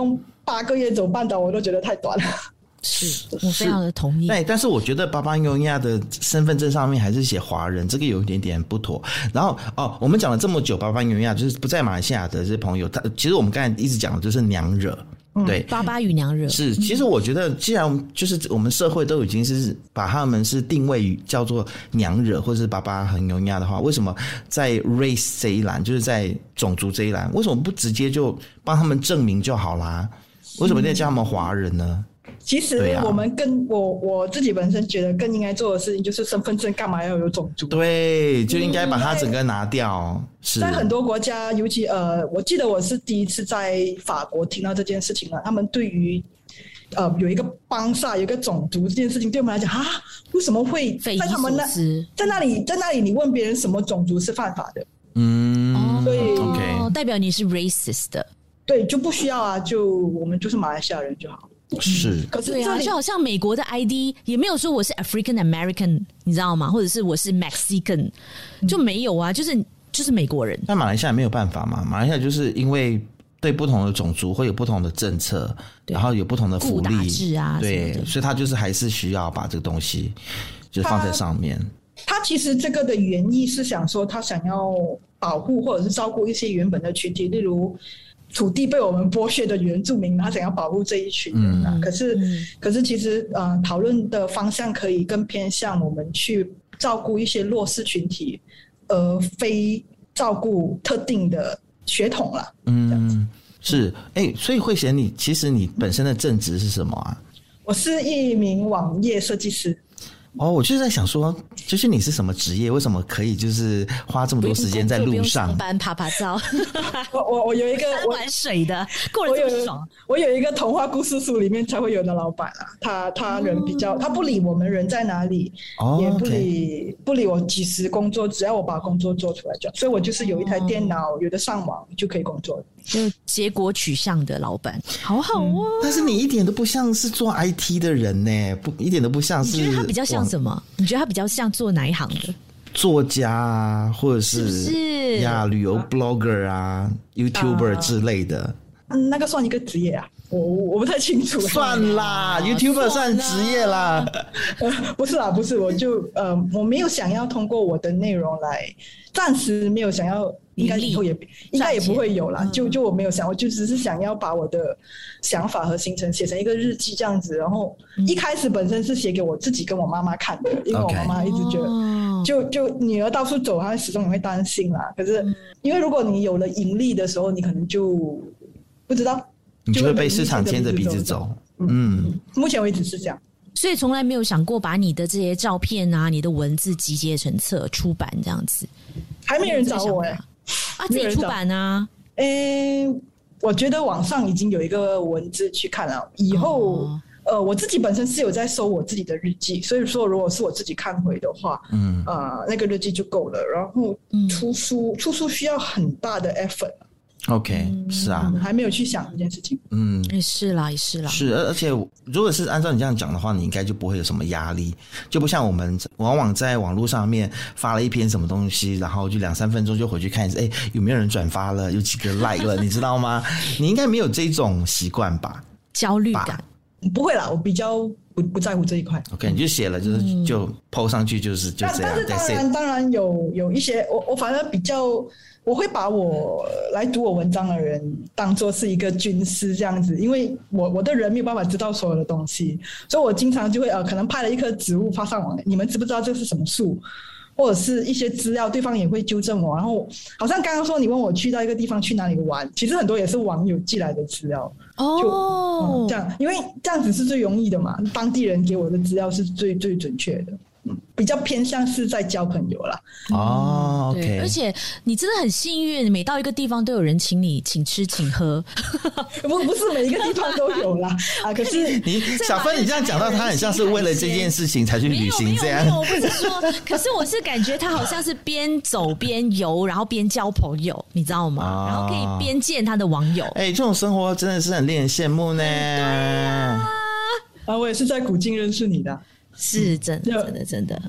八个月走半岛，我都觉得太短了。 是我非常的同意。 对，但是我觉得巴巴牛亚的身份证上面还是写华人，这个有一点点不妥。然后哦，我们讲了这么久，巴巴牛亚就是不在马来西亚的这些朋友，他其实我们刚才一直讲的就是娘惹。对， 巴巴与娘惹是，其实我觉得，既然就是我们社会都已经是把他们是定位于叫做娘惹或是巴巴和牛亚的话，为什么在 race 这一栏，就是在种族这一栏，为什么不直接就帮他们证明就好啦？为什么一定要叫他们华人呢？ 其实我们更、啊、我我自己本身觉得更应该做的事情就是身份证干嘛要有种族？ 对，就应该把它整个拿掉。嗯、是在很多国家，尤其呃，我记得我是第一次在法国听到这件事情了。他们对于呃有一个邦萨有一个种族这件事情，对我们来讲啊，为什么会在他们那在那里在那里你问别人什么种族是犯法的？ 嗯， 所以、 哦、代表你是 racist 的。 对，就不需要啊，就我们就是马来西亚人就好。 是， 可是对啊，就好像美国的 I D 也没有说我是 African American， 你知道吗？或者是我是 Mexican， 就没有啊，就是就是美国人。 但马来西亚没有办法嘛，马来西亚就是因为对不同的种族会有不同的政策，然后有不同的福利制啊， 对，所以他就是还是需要把这个东西就放在上面。 他其实这个的原意是想说，他想要保护或者是照顾一些原本的群体，例如土地被我们剥削的原住民，他想要保护这一群人啊。嗯、可是，嗯、可是其实呃，讨论的方向可以更偏向我们去照顾一些弱势群体，而非照顾特定的血统啦。 嗯，是，哎、欸，所以慧嫻，你其实你本身的正职是什么啊？ 我是一名网页设计师。 哦，我就是在想说，就是你是什么职业？为什么可以就是花这么多时间在路上？ 上班爬爬照。 我我我有一个玩水的，过得这么爽。 我有一个童话故事书里面才会有的老板啊，他他人比较，哦、他不理我们人在哪里，哦、也不理、okay. 不理我几时工作，只要我把工作做出来就好。所以我就是有一台电脑，哦、有的上网就可以工作。 就结果取向的老板，好好哦、嗯。 但是你一点都不像是做 I T 的人呢，不，一点都不像是。 你觉得他比较像什么？你觉得他比较像做哪一行的？ 作家啊，或者是是不是呀，旅游 blogger 啊、YouTuber 之类的。 嗯，那个算一个职业啊？我我不太清楚。 算啦 ，YouTuber 算职业啦。 呃，不是啦，不是，我就呃，我没有想要通过我的内容来，暂时没有想要。应该以后也应该也不会有啦，嗯、就就我没有想，我就只是想要把我的想法和行程写成一个日记这样子。然后一开始本身是写给我自己跟我妈妈看的，因为我妈妈一直觉得， Okay. 就就女儿到处走，她始终也会担心啦。可是因为如果你有了盈利的时候，你可能就不知道， 你就会被市场牵着鼻子走。嗯， 嗯目前为止是这样。 所以从来没有想过把你的这些照片啊、你的文字集结成册出版这样子， 还没人找我哎、欸。 啊，自己出版啊！ 诶、欸，我觉得网上已经有一个文字去看了。以后，哦、呃，我自己本身是有在收我自己的日记，所以说如果是我自己看回的话，嗯，呃，那个日记就够了。然后出书，嗯、出书需要很大的 effort。OK， 嗯、是啊， 还没有去想这件事情。 嗯， 也是啦，也是啦。 是，而且如果是按照你这样讲的话，你应该就不会有什么压力，就不像我们往往在网络上面发了一篇什么东西，然后就两三分钟就回去看一次，哎，有没有人转发了，有几个 like 了，你知道吗？你应该没有这种习惯吧？ 焦虑感不会啦，我比较不不在乎这一块。 OK， 你就写了，就是、嗯、就 po 上去，就是就这样。 但是当然当然有有一些，我我反而比较。我会把我来读我文章的人当作是一个军师这样子，因为我我的人没有办法知道所有的东西，所以我经常就会呃，可能拍了一棵植物发上网，你们知不知道这是什么树，或者是一些资料，对方也会纠正我。然后好像刚刚说你问我去到一个地方去哪里玩，其实很多也是网友寄来的资料哦、 嗯，这样，因为这样子是最容易的嘛，当地人给我的资料是最最准确的。比较偏向是在交朋友啦。 哦、 嗯、对， okay. 而且你真的很幸运，每到一个地方都有人请你请吃请喝。 不不是每一个地方都有啦啊！可是你小芬，你这样讲到他很像是为了这件事情才去旅行这样。 没有，没有，没有，我不是说，可是我是感觉他好像是边走边游，然后边交朋友，你知道吗？哦、然后可以边见他的网友。 哎、欸，这种生活真的是很令人羡慕呢。对啊， 啊，我也是在古晋认识你的。 是真的，真的，真的。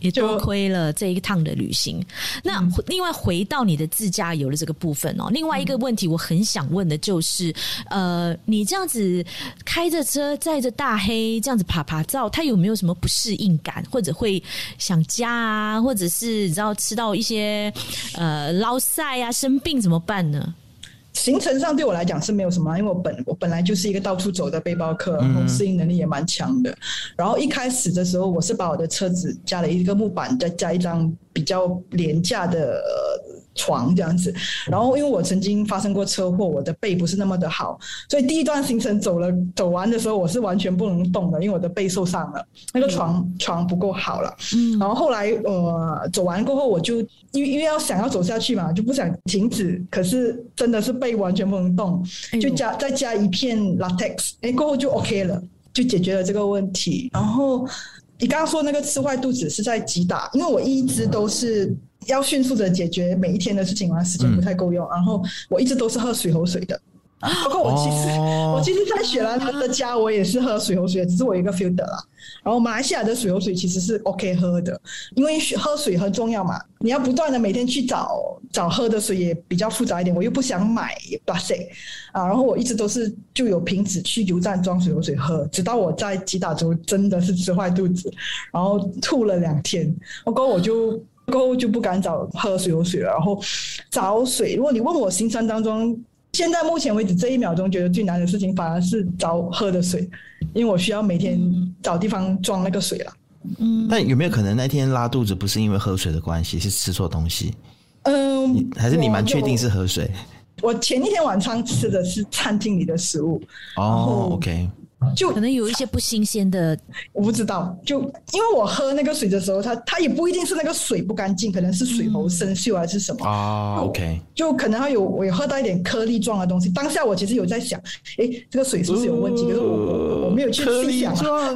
也多亏了这一趟的旅行。那另外回到你的自驾游的这个部分哦，另外一个问题我很想问的就是，呃，你这样子开着车载着大黑这样子爬爬照，它有没有什么不适应感，或者会想家啊，或者是你知道吃到一些呃落晒啊、生病怎么办呢？ 行程上对我来讲是没有什么，因为我本我本来就是一个到处走的背包客，然后适应能力也蛮强的。然后一开始的时候，我是把我的车子加了一个木板，再加一张比较廉价的床这样子。然后因为我曾经发生过车祸，我的背不是那么的好，所以第一段行程走了走完的时候，我是完全不能动的，因为我的背受伤了，那个床、嗯、床不够好了。嗯，然后后来呃走完过后，我就因为因为要想要走下去嘛，就不想停止，可是真的是背完全不能动，就加再加一片 latex， 哎，过后就 OK 了，就解决了这个问题。然后你刚刚说那个吃坏肚子是在击打，因为我一直都是要迅速的解决每一天的事情，完时间不太够用、嗯、然后我一直都是喝水喉水的，包括我其实、哦、我其实在雪兰兰的家我也是喝水喉水的，只是我有一个 filter 啦。然后马来西亚的水喉水其实是 OK 喝的，因为喝水很重要嘛，你要不断的每天去找找喝的水也比较复杂一点，我又不想买 plastic 啊，然后我一直都是就有瓶子去油站装水喉水喝，直到我在吉打州真的是吃坏肚子，然后吐了两天，过后我就过后就不敢找喝水喉水了。然后找水，如果你问我行程当中现在目前为止这一秒钟觉得最难的事情反而是找喝的水，因为我需要每天找地方装那个水了。 嗯，但有没有可能那天拉肚子不是因为喝水的关系，是吃错东西？嗯，还是你蛮确定是喝水？ 我前一天晚上吃的是餐厅里的食物。 哦 ，OK。 就可能有一些不新鲜的， 我不知道。就因为我喝那个水的时候，它它也不一定是那个水不干净，可能是水喉生锈还是什么啊、哦、？OK， 就可能它有我有喝到一点颗粒状的东西。当下我其实有在想，哎，这个水是不是有问题？呃、可是我我我没有去细想、啊。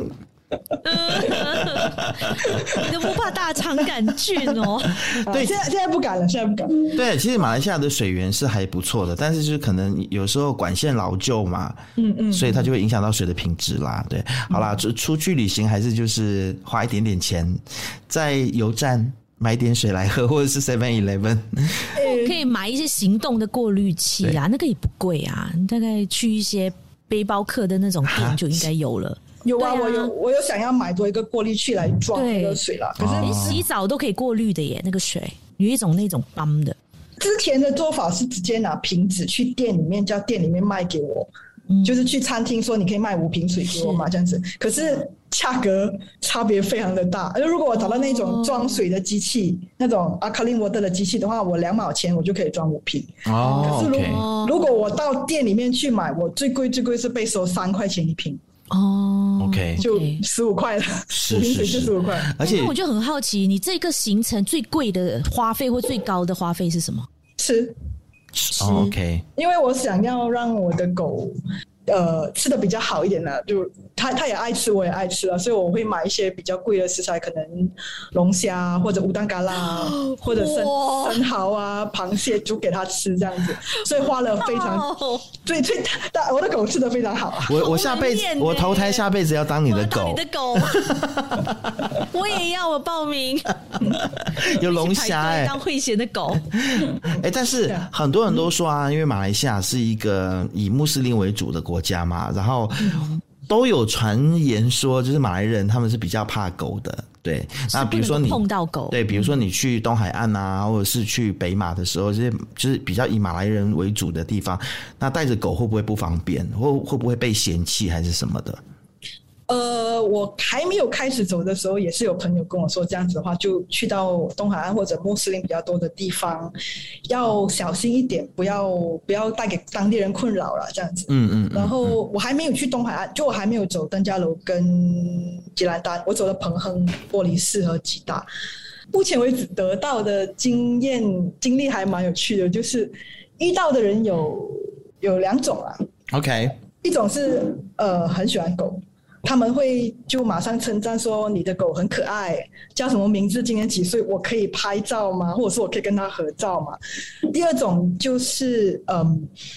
你都不怕大肠杆菌哦？ 对，现在现在不敢了，现在不敢。 对，其实马来西亚的水源是还不错的，但是就是可能有时候管线老旧嘛，嗯嗯，所以它就会影响到水的品质啦。对，好啦，出出去旅行还是就是花一点点钱，在油站买点水来喝，或者是 seven eleven 可以买一些行动的过滤器啊，那个也不贵啊，大概去一些背包客的那种店就应该有了。 有啊，啊我有我有想要买多一个过滤器来装那个水啦。可是连洗澡都可以过滤的耶，那个水有一种那种泵的。 之前的做法是直接拿瓶子去店里面叫店里面卖给我，嗯、就是去餐厅说你可以卖五瓶水给我嘛这样子。可是价格差别非常的大。如果我找到那种装水的机器，哦、那种 alkaline water 的机器的话，我两毛钱我就可以装五瓶。 哦， 可是如果、 okay. 如果我到店里面去买，我最贵最贵是被收三块钱一瓶。 哦 ，OK， 就十五块了， 是是是，十五块。 而且我就很好奇，你这个行程最贵的花费或最高的花费是什么？ 吃， 吃、哦、，OK， 因为我想要让我的狗。呃，吃的比较好一点的，就他他也爱吃，我也爱吃啊，所以我会买一些比较贵的食材，可能龙虾或者乌蛋嘎啦，或者生生蚝啊、螃蟹煮给他吃这样子，所以花了非常最最大，我的狗吃的非常好啊。 我我下辈子我投胎下辈子要当你的狗， 我你的狗，我也要我报名。 有龙虾哎、欸， 当会咸的狗。 哎、欸，但是很多人都说啊，因为马来西亚是一个以穆斯林为主的国家嘛，然后都有传言说，就是马来人他们是比较怕狗的。对，那比如说你碰到狗， 对，比如说你去东海岸啊，或者是去北马的时候，这些就是比较以马来人为主的地方，那带着狗会不会不方便，或会不会被嫌弃还是什么的？ 呃，我还没有开始走的时候，也是有朋友跟我说，这样子的话，就去到东海岸或者穆斯林比较多的地方，要小心一点，不要不要带给当地人困扰了，这样子。嗯 嗯, 嗯。然后我还没有去东海岸，就我还没有走登嘉楼跟吉兰丹，我走了彭亨、玻璃市和吉大。目前为止得到的经验经历还蛮有趣的，就是遇到的人有有两种啊。 OK。 一种是呃很喜欢狗。他们会就马上称赞说你的狗很可爱，叫什么名字，今年几岁，我可以拍照吗？或者是我可以跟他合照吗？第二种就是嗯，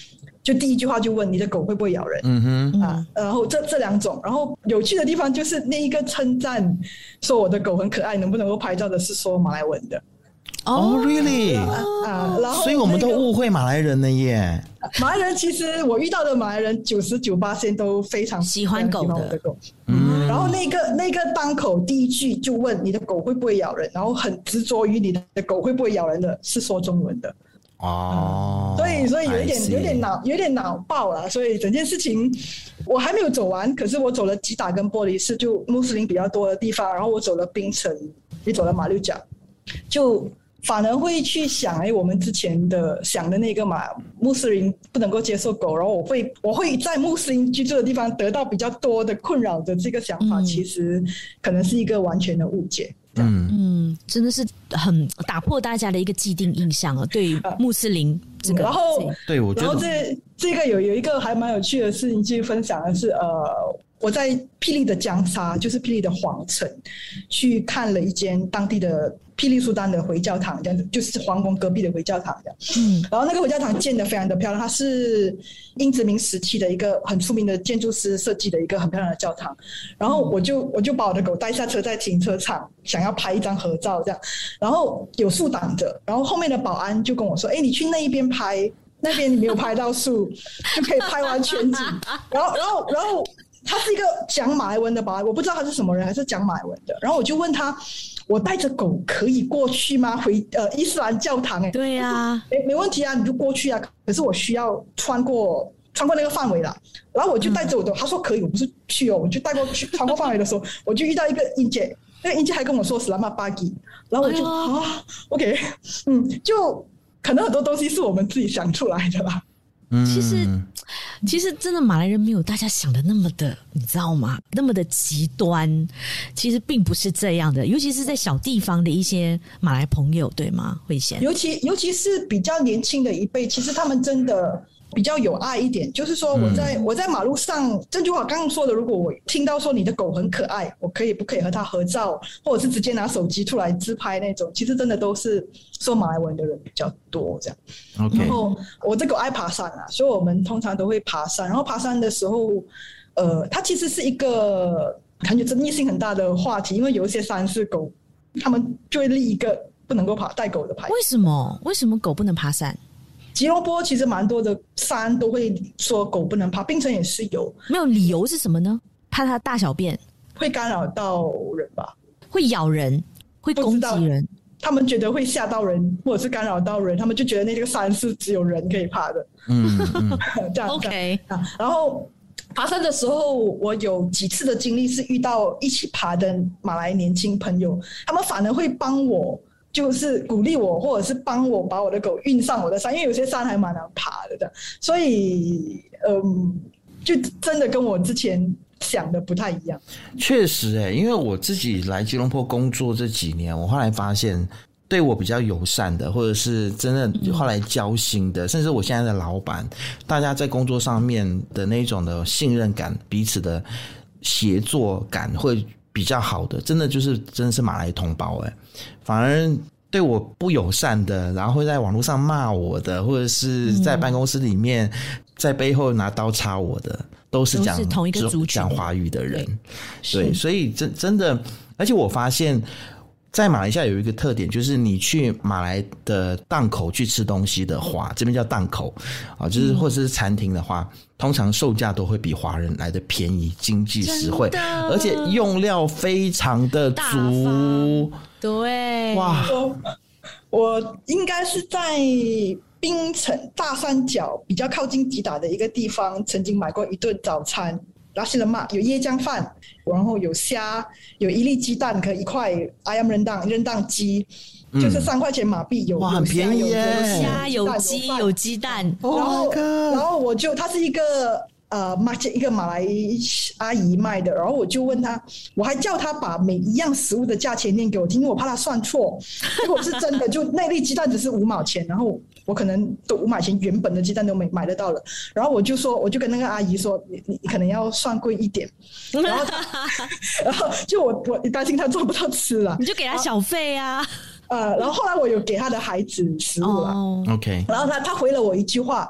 就第一句话就问你的狗会不会咬人， 嗯哼啊，然后这这两种，然后有趣的地方就是那一个称赞说我的狗很可爱，能不能够拍照的是说马来文的。 哦、oh, ，really 啊，然后所以我们都误会马来人了耶。 马来人其实我遇到的马来人九十九巴仙都非常喜欢狗的， 喜欢我的狗。嗯，然后那个那个档口第一句就问你的狗会不会咬人，然后很执着于你的狗会不会咬人的，是说中文的。 哦、 嗯，所以所以有一点有点脑有点脑爆了，所以整件事情我还没有走完，可是我走了吉打跟玻璃市，就穆斯林比较多的地方，然后我走了槟城，也走了马六甲，就反而会去想，哎，我们之前的想的那个嘛，穆斯林不能够接受狗，然后我会我会在穆斯林居住的地方得到比较多的困扰的这个想法，嗯、其实可能是一个完全的误解。 嗯嗯，真的是很打破大家的一个既定印象啊，对于穆斯林这个。 然后， 对我觉得， 然后这这个有有一个还蛮有趣的事情去分享的是，呃，我在霹雳的江沙，就是霹雳的皇城，去看了一间当地的霹雳苏丹的回教堂，这样子，就是皇宫隔壁的回教堂这样。嗯，然后那个回教堂建得非常的漂亮，它是英殖民时期的一个很出名的建筑师设计的一个很漂亮的教堂。然后我就我就把我的狗带下车，在停车场想要拍一张合照这样，然后有树挡着，然后后面的保安就跟我说：“哎，你去那一边拍，那边没有拍到树，就可以拍完全景。”然后然后然后他是一个讲马来文的保安，我不知道他是什么人，还是讲马来文的。然后我就问他，我带着狗可以过去吗？回呃伊斯兰教堂、欸？哎， 对啊， 没没问题啊，你就过去啊。可是我需要穿过穿过那个范围啦。然后我就带着我的，嗯、他说可以，我不是去哦，我就带过去穿过范围的时候，我就遇到一个英姐，那个英姐还跟我说 Selamat pagi， 然后我就、哎、啊 ，OK， 嗯，就可能很多东西是我们自己想出来的啦。 其实，其实真的马来人没有大家想的那么的，你知道吗？那么的极端，其实并不是这样的。尤其是在小地方的一些马来朋友，对吗？慧贤， 尤其尤其是比较年轻的一辈，其实他们真的比较有爱一点。就是说，我在、嗯、我在马路上，正如我刚刚说的，如果我听到说你的狗很可爱，我可以不可以和它合照，或者是直接拿手机出来自拍那种，其实真的都是说马来文的人比较多这样。 Okay. 然后我这狗爱爬山啊，所以我们通常都会爬山。然后爬山的时候，呃，它其实是一个感觉争议性很大的话题，因为有一些山是狗，他们就会立一个不能够爬带狗的牌。 为什么？为什么狗不能爬山？ 吉隆坡其实蛮多的山都会说狗不能爬，槟城也是有。 没有理由是什么呢？怕它大小便会干扰到人吧？ 会咬人，会攻击人。 他们觉得会吓到人，或者是干扰到人，他们就觉得那个山是只有人可以爬的。 嗯，嗯这样 OK 啊。然后爬山的时候，我有几次的经历是遇到一起爬的马来年轻朋友，他们反而会帮我，就是鼓励我，或者是帮我把我的狗运上我的山，因为有些山还蛮难爬的，这样。所以，嗯，就真的跟我之前想的不太一样。 确实欸，因为我自己来吉隆坡工作这几年，我后来发现对我比较友善的，或者是真的后来交心的、嗯、甚至我现在的老板，大家在工作上面的那种的信任感，彼此的协作感会比较好的，真的就是真的是马来同胞欸。反而对我不友善的，然后会在网络上骂我的，或者是在办公室里面在背后拿刀插我的，都是讲同一个族群讲华语的人。 对, 对，所以真真的，而且我发现在马来西亚有一个特点，就是你去马来的档口去吃东西的话，这边叫档口啊，就是或者是餐厅的话、嗯、通常售价都会比华人来的便宜、经济实惠，而且用料非常的足。 对， 哇，我, 我应该是在槟城大三角比较靠近吉打的一个地方，曾经买过一顿早餐，拉西了嘛，有椰浆饭，然后有虾，有一粒鸡蛋和一块 ayam rendang rendang 鸡，就是三块钱马币，有哇，很便宜耶， 有虾有鸡有鸡蛋， 然后、oh、然后我就它是一个呃一个马来阿姨卖的，然后我就问他，我还叫他把每一样食物的价钱念给我听，因为我怕他算错，结果是真的，就那粒鸡蛋只是五毛钱，然后我可能都五毛钱原本的鸡蛋都没买得到了，然后我就说，我就跟那个阿姨说，你你可能要算贵一点，然后然后就我我担心他做不到吃了， 你就给他小费啊。 呃，然后后来我有给他的孩子食物了、 oh. ，OK， 然后他他回了我一句话。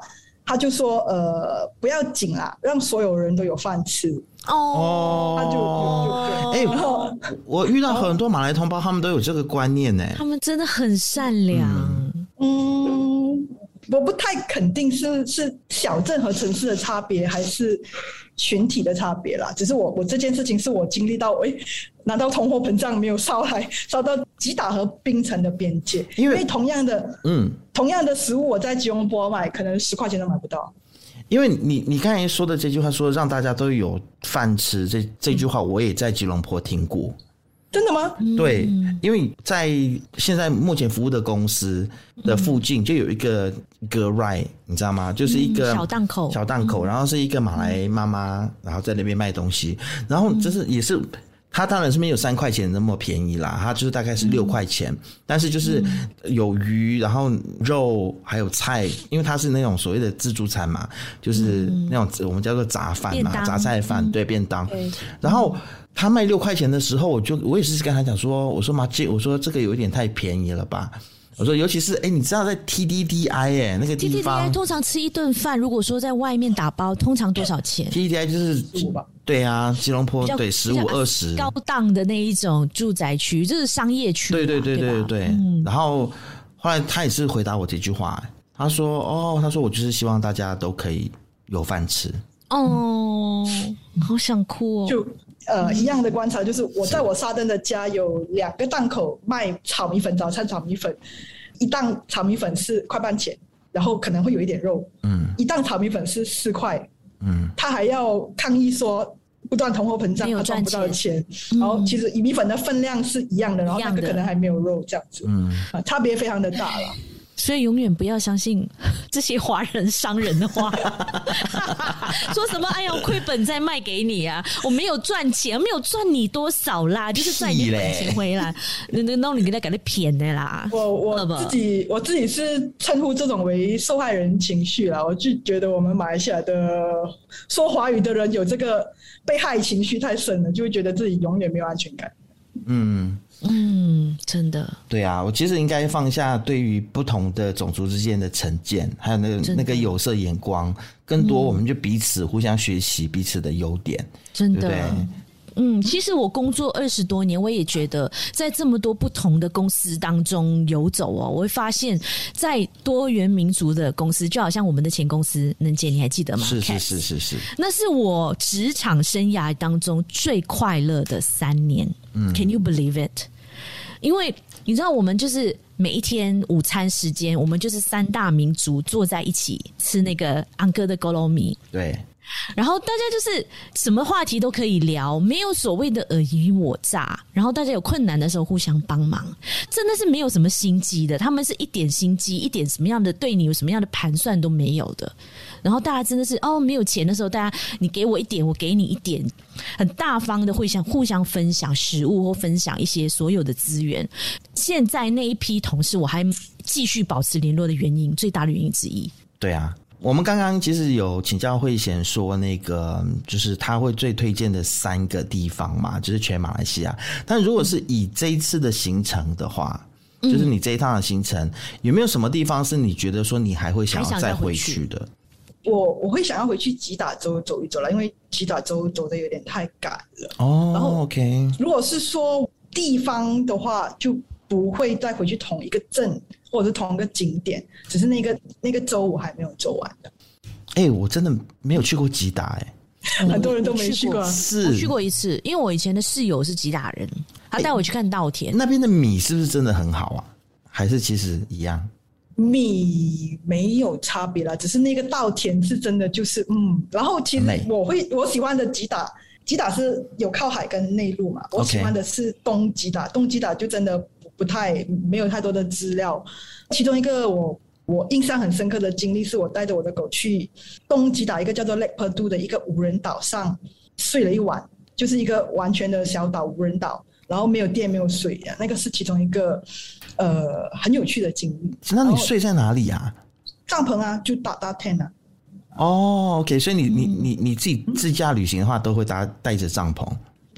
他就说呃不要紧啦，让所有人都有饭吃。 哦， 他就就就哎、 然后我遇到很多马来同胞，他们都有这个观念呢。 他们真的很善良。 嗯，我不太肯定是是小镇和城市的差别，还是群体的差别啦。只是我我这件事情是我经历到，哎，难道通货膨胀没有烧来烧到吉打和槟城的边界？ 因为因为同样的， 嗯， 同样的食物，我在吉隆坡买，可能十块钱都买不到。 因为你你刚才说的这句话说让大家都有饭吃，这这句话我也在吉隆坡听过。 真的吗？ 对，因为在现在目前服务的公司的附近就有一个 girl ride， 你知道吗？就是一个小档口， 小档口，然后是一个马来妈妈，然后在那边卖东西，然后就是也是。它当然是没有三块钱那么便宜啦，它就是大概是六块钱、嗯，但是就是有鱼，然后肉还有菜，因为它是那种所谓的自助餐嘛，就是那种我们叫做杂饭嘛，杂菜饭，对，便当。然后他卖六块钱的时候，我就我也是跟他讲说，我说妈姐，我说这个有一点太便宜了吧。我说，尤其是哎、欸，你知道在 T D D I 哎、欸、那个地方 ，T D D I 通常吃一顿饭，如果说在外面打包，通常多少钱 ？T D D I 就是对啊，吉隆坡对十五二十高档的那一种住宅区，就是商业区。 对对对对 对, 对、 嗯。 然后后来他也是回答我这句话，他说：“哦，他说我就是希望大家都可以有饭吃。” 哦，好想哭哦。 就呃一样的观察，就是我在我沙登的家有两个档口卖炒米粉，早餐炒米粉，一档炒米粉是块半钱，然后可能会有一点肉，嗯，一档炒米粉是四块，嗯，他还要抗议说不断通货膨胀，他赚不到钱，然后其实米粉的分量是一样的，然后那个可能还没有肉这样子，嗯，啊，差别非常的大了。 所以永远不要相信这些华人商人的话，说什么哎呀亏本再卖给你啊，我没有赚钱，没有赚你多少啦，就是赚你本钱回来，那那你给他给他骗的啦。 我我自己我自己是称呼这种为受害人情绪啦，我就觉得我们马来西亚的说华语的人有这个被害情绪太深了，就会觉得自己永远没有安全感。 嗯。 嗯，真的。 对啊，我其实应该放下对于不同的种族之间的成见，还有那个那个有色眼光，更多我们就彼此互相学习彼此的优点， 真的。 对不对？ 嗯，其实我工作二十多年，我也觉得在这么多不同的公司当中游走哦，我会发现，在多元民族的公司，就好像我们的前公司，能姐你还记得吗？ 是是是是是， 那是我职场生涯当中最快乐的三年。嗯 ，Can you believe it？ 因为你知道，我们就是每一天午餐时间，我们就是三大民族坐在一起吃那个安哥的咕噜米。 对。 然后大家就是什么话题都可以聊，没有所谓的尔虞我诈，然后大家有困难的时候互相帮忙，真的是没有什么心机的，他们是一点心机一点什么样的对你有什么样的盘算都没有的。然后大家真的是哦，没有钱的时候，大家你给我一点我给你一点，很大方的互相互相分享食物或分享一些所有的资源。现在那一批同事我还继续保持联络的原因，最大的原因之一。 对啊，我们刚刚其实有请教慧贤说那个就是他会最推荐的三个地方嘛，就是全马来西亚。但如果是以这一次的行程的话，嗯、就是你这一趟的行程有没有什么地方是你觉得说你还会想要再回去的？ 我我会想要回去吉打州走一走了，因为吉打州走的有点太赶了。 哦， 然后 OK， 如果是说地方的话，就不会再回去同一个镇或者是同一个景点，只是那个那个州我还没有走完的。 哎、欸，我真的没有去过吉打哎、 欸，很多人都没去过。 是， 我去过一次，因为我以前的室友是吉打人，他带我去看稻田。 欸、那边的米是不是真的很好啊？还是其实一样？ 米没有差别啦，只是那个稻田是真的就是嗯。然后其实我会我喜欢的吉打，吉打是有靠海跟内陆嘛，我喜欢的是东吉打， okay. 东吉打就真的不太没有太多的资料。其中一个我我印象很深刻的经历是我带着我的狗去东吉打一个叫做 Lake Perdu 的一个无人岛上睡了一晚，就是一个完全的小岛无人岛，然后没有电没有水啊，那个是其中一个呃很有趣的经历。 那你睡在哪里啊？ 帐篷啊，就搭搭 tent 啊。 哦 ，OK， 所以你、嗯、你你你自己自驾旅行的话，都会搭带着帐篷。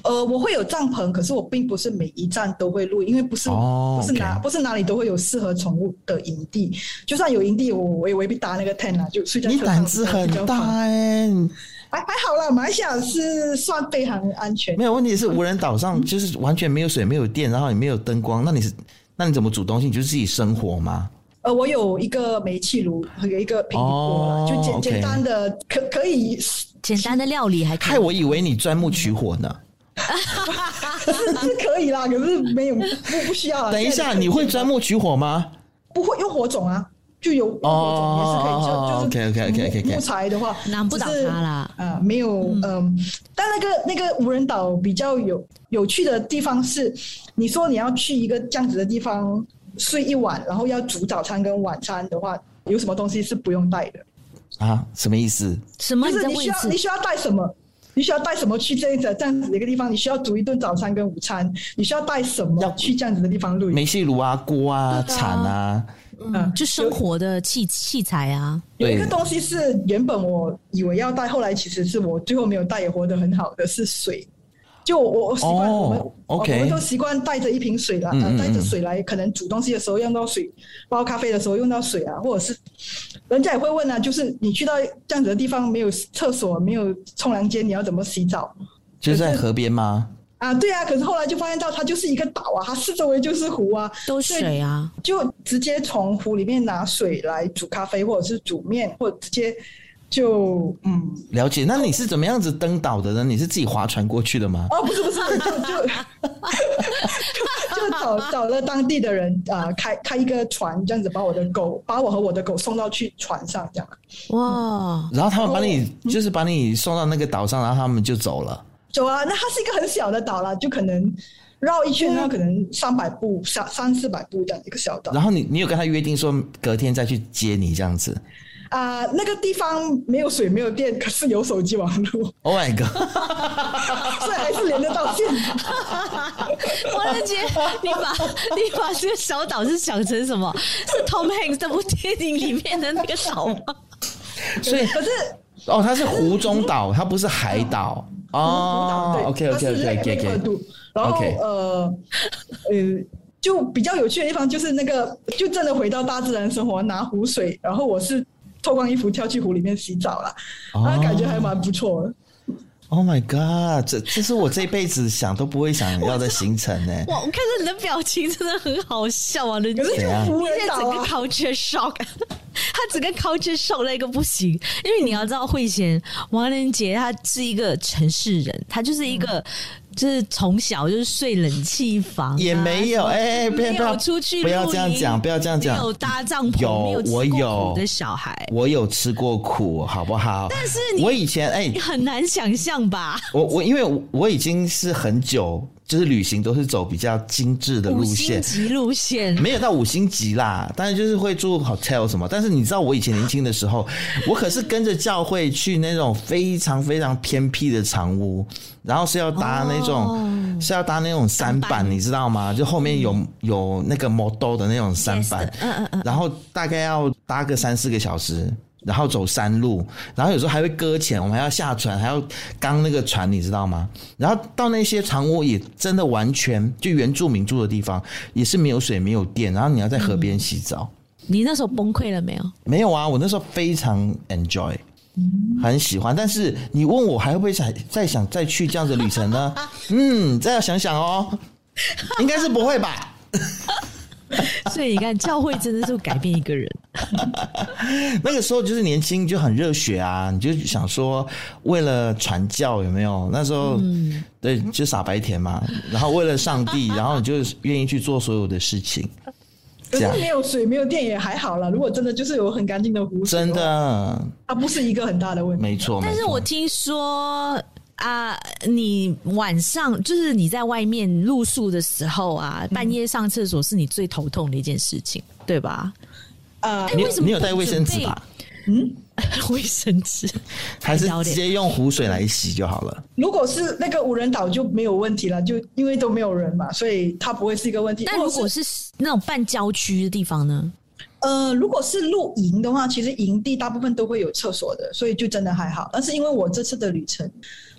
呃，我会有帐篷，可是我并不是每一站都会露营，因为不是、 哦、 不是哪 okay. 不是哪里都会有适合宠物的营地。就算有营地，我我也未必搭那个 tent 啊，就睡在车上。 你胆子很大哎、欸， 还还好啦，马来西亚是算非常安全。 没有问题是无人岛上就是完全没有水、没有电，然后也没有灯光，那你是那你怎么煮东西？你就是自己生火吗？ 呃，我有一个煤气炉，有一个平底锅啦， oh, 就简、okay. 简单的可可以简单的料理还可以。 害我以为你钻木取火呢。 是, 是可以啦，可是没有 不, 不需要啦。 等一下，你会钻木取火吗？ 不会，用火种啊，就有火种也是可以。 哦、 就是 OK OK OK OK。 木材的话， 难不倒它啦。 啊、呃，没有，嗯、呃，但那个那个无人岛比较有有趣的地方是，你说你要去一个这样子的地方睡一晚，然后要煮早餐跟晚餐的话，有什么东西是不用带的？ 啊，什么意思？ 什么？ 就是你需要你需要带什么？你需要带什么去这样子这样子的一个地方？你需要煮一顿早餐跟午餐，你需要带什么去这样子的地方露营？ 煤气炉啊，锅啊，铲啊， 嗯，就生活的器器材啊。 有一个东西是原本我以为要带，后来其实是我最后没有带，也活得很好的是水。就我我习惯、oh, 我们、 okay. 我们都习惯带着一瓶水啦，嗯嗯嗯带着水来，可能煮东西的时候用到水，煲咖啡的时候用到水啊，或者是人家也会问啊，就是你去到这样子的地方，没有厕所，没有冲凉间，你要怎么洗澡？ 就是在河边吗？ 啊，对啊，可是后来就发现到它就是一个岛啊，它四周围就是湖啊， 都是水啊， 就直接从湖里面拿水来煮咖啡，或者是煮面，或者直接。就嗯， 了解。那你是怎么样子登岛的呢？你是自己划船过去的吗？ 哦，不是不是，就就就找找了当地的人啊、呃，开开一个船，这样子把我的狗，把我和我的狗送到去船上，这样。 哇！ 然后他们把你、哦、就是把你送到那个岛上，然后他们就走了。 走啊，那它是一个很小的岛啦，就可能绕一圈，那可能三百步、三三四百步这样一个小岛。 然后你你有跟他约定说隔天再去接你这样子？ 啊、呃，那个地方没有水，没有电，可是有手机网络。 Oh my god！ 所以还是连得到线。 王仁杰，你把你把这个小岛是想成什么？是 Tom Hanks 这部电影里面的那个岛吗？ 所以可是哦，它是湖中岛，它不是海岛。哦 ，OK OK OK OK OK。 然后呃呃。就比较有趣的地方就是那个，就真的回到大自然生活，拿湖水，然后我是脱光衣服跳去湖里面洗澡啦，啊、哦，感觉还蛮不错的。 Oh my god！ 这这是我这辈子想都不会想要的行程呢。 哇，我看到你的表情真的很好笑啊！人家怎样？ 你现在整个 culture shock， 他整个 culture shock 那个不行，因为你要知道慧贤王仁杰他是一个城市人，他就是一个。嗯就是从小就是睡冷气房、啊， 也没有哎，不要出去， 不要这样讲，不要这样讲。 没有搭帐篷， 有我有的小孩， 我有吃过苦，好不好？ 但是你我以前哎， 你很难想象吧？ 我我因为我我已经是很久。就是旅行都是走比较精致的路线， 五星级路线没有到五星级啦，但是就是会住 hotel 什么。但是你知道我以前年轻的时候，我可是跟着教会去那种非常非常偏僻的长屋，然后是要搭那种、哦、是要搭那种舢板，你知道吗？就后面有、嗯、有那个摩托的那种舢板，嗯嗯嗯，然后大概要搭个三四个小时。然后走山路，然后有时候还会搁浅，我们还要下船，还要刚那个船，你知道吗？然后到那些长屋也真的完全就原住民住的地方，也是没有水没有电，然后你要在河边洗澡、 嗯。你那时候崩溃了没有？ 没有啊，我那时候非常 enjoy， 很喜欢。但是你问我还会不会想再想再去这样子的旅程呢？嗯，再要想想哦，应该是不会吧。 所以你看，教会真的是改变一个人。 那个时候就是年轻，就很热血啊！你就想说，为了传教有没有？那时候、嗯、对，就傻白甜嘛。然后为了上帝，然后你就愿意去做所有的事情。 可是没有水、没有电也还好啦。如果真的就是有很干净的湖水， 真的， 它不是一个很大的问题。 没错， 但是我听说。啊，你晚上就是你在外面露宿的时候啊，半夜上厕所是你最头痛的一件事情，对吧？ 呃， 你你有带卫生纸吧？ 嗯， 卫生纸还是直接用湖水来洗就好了。 如果是那个无人岛就没有问题了，就因为都没有人嘛，所以它不会是一个问题。 但如果是那种半郊区的地方呢？ 呃，如果是露营的话，其实营地大部分都会有厕所的，所以就真的还好。但是因为我这次的旅程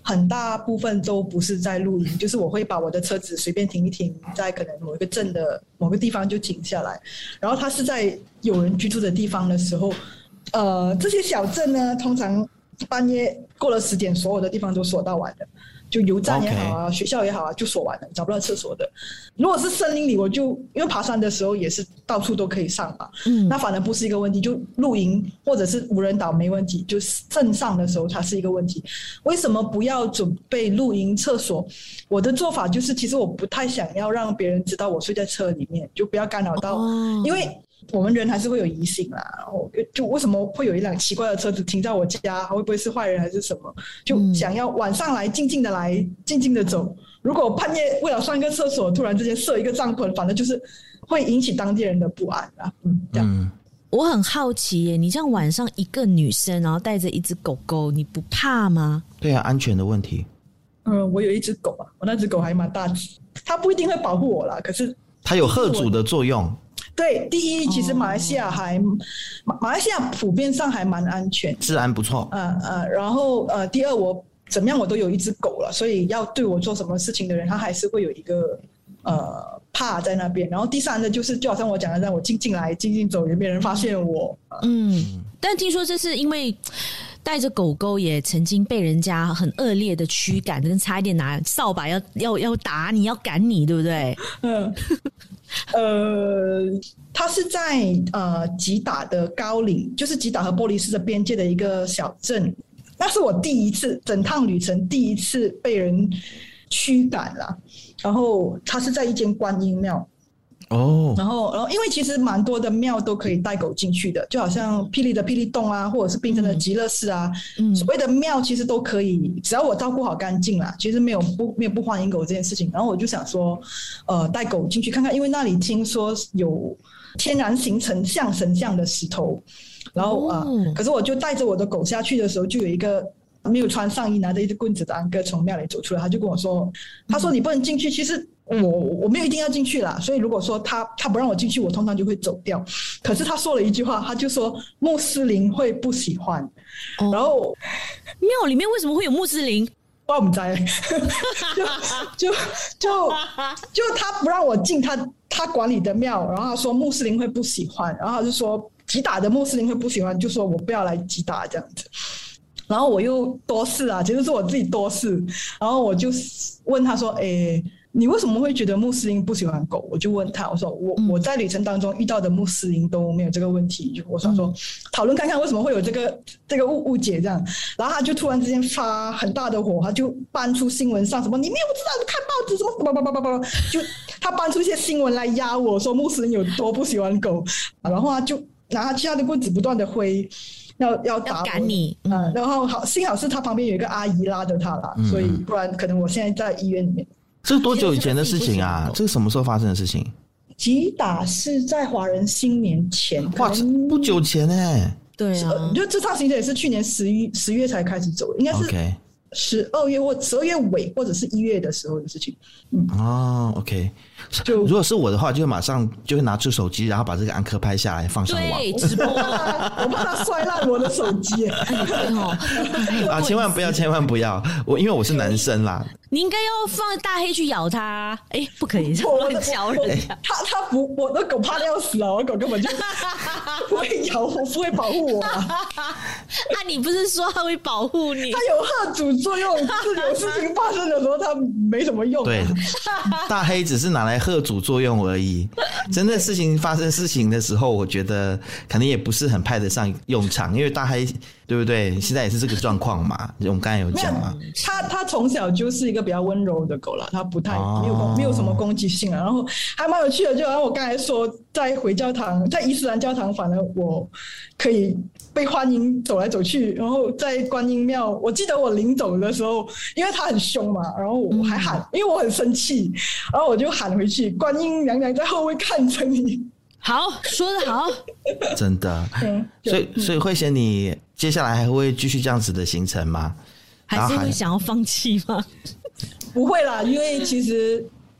很大部分都不是在露营，就是我会把我的车子随便停一停，在可能某一个镇的某个地方就停下来，然后它是在有人居住的地方的时候，呃，这些小镇呢，通常半夜过了十点，所有的地方都锁到完的。就油站也好啊， okay. 学校也好啊，就锁完了，找不到厕所的。如果是森林里，我就因为爬山的时候也是到处都可以上嘛，嗯，那反而不是一个问题。就露营或者是无人岛没问题，就镇上的时候它是一个问题。为什么不要准备露营厕所？我的做法就是，其实我不太想要让别人知道我睡在车里面，就不要干扰到，哦、因为。我们人还是会有疑心啦，然后就为什么会有一辆奇怪的车子停在我家，会不会是坏人还是什么？就想要晚上来静静的来，静静的走。如果半夜为了上一个厕所，突然之间设一个帐篷，反正就是会引起当地人的不安啊。嗯，这样。嗯， 我很好奇耶，你这样晚上一个女生，然后带着一只狗狗，你不怕吗？ 对啊，安全的问题。 嗯，我有一只狗啊，我那只狗还蛮大只，它不一定会保护我啦，可是它有吓阻的作用。 对，第一，其实马来西亚还、oh. 马, 马来西亚普遍上还蛮安全， 治安不错。 呃呃，然后呃，第二，我怎么样我都有一只狗了，所以要对我做什么事情的人，他还是会有一个呃怕在那边。然后第三呢，就是就好像我讲的，让我静静来，静静走，也没人发现我。 嗯，但听说这是因为带着狗狗也曾经被人家很恶劣的驱赶，跟差一点拿扫把要要要打你，要赶你，对不对？嗯。 呃，它是在呃吉打的高岭，就是吉打和波利斯的边界的一个小镇。那是我第一次整趟旅程第一次被人驱赶啦。然后它是在一间观音庙。哦，然后，然后，因为其实蛮多的庙都可以带狗进去的，就好像霹雳的霹雳洞啊，或者是槟城的极乐寺啊，嗯，所谓的庙其实都可以，只要我照顾好干净啦，其实没有不没有不欢迎狗这件事情。然后我就想说，呃，带狗进去看看，因为那里听说有天然形成像神像的石头，然后啊、呃，可是我就带着我的狗下去的时候，就有一个没有穿上衣拿着一只棍子的安哥从庙里走出来，他就跟我说，他说你不能进去，其实。我我没有一定要进去啦，所以如果说他他不让我进去，我通常就会走掉。可是他说了一句话，他就说穆斯林会不喜欢。哦、然后庙里面为什么会有穆斯林？ 我不知道，就就就就他不让我进他他管理的庙，然后他说穆斯林会不喜欢，然后他就说吉打的穆斯林会不喜欢，就说我不要来吉打这样子。然后我又多事啊，其实是我自己多事，然后我就问他说：“诶。”你为什么会觉得穆斯林不喜欢狗？我就问他，我说我我在旅程当中遇到的穆斯林都没有这个问题，我想说讨论看看为什么会有这个这个误误解这样。然后他就突然之间发很大的火，他就搬出新闻上什么你没有知道看报纸什么叭叭叭叭叭，就他搬出一些新闻来压我说穆斯林有多不喜欢狗，然后他就拿他的棍子不断的挥。要要打我要赶你， 嗯，然后好幸好是他旁边有一个阿姨拉着他啦，嗯、所以不然可能我现在在医院里面。 这是多久以前的事情啊？这是什么时候发生的事情？ 吉打是在华人新年前， 哇，不久前哎、欸。 对啊， 就这趟行程也是去年十一十月才开始走，应该是十二月或十二月尾或者是一月的时候的事情。 嗯，哦 ，OK。就如果是我的话，就马上就会拿出手机，然后把这个安科拍下来放上网对直播。 我怕他摔烂我的手机。 啊，千万不要，千万不要！我因为我是男生啦。 你应该要放大黑去咬他，哎、欸，不可以乱敲人家。 他他不，我的狗怕的要死了，我的狗根本就不会咬我，不会保护我啊。 啊，你不是说他会保护你？ 他有吓阻作用，是有事情发生的时候，他没什么用、啊。 对，大黑只是拿来吓阻作用而已。真的事情发生事情的时候，我觉得可能也不是很派得上用场，因为大黑。对不对？现在也是这个状况嘛，我们刚才有讲嘛。 他他从小就是一个比较温柔的狗了，他不太、哦、没有没有什么攻击性啊。然后还蛮有趣的，就好像我刚才说，在回教堂，在伊斯兰教堂，反而我可以被欢迎走来走去。然后在观音庙，我记得我临走的时候，因为他很凶嘛，然后我还喊，嗯、因为我很生气，然后我就喊回去：“观音娘娘在后面看着你。” 好，说得好， 真的。嗯、所以，所以慧嫻，你接下来还会继续这样子的行程吗？ 还是会想要放弃吗？ 不会啦，因为其实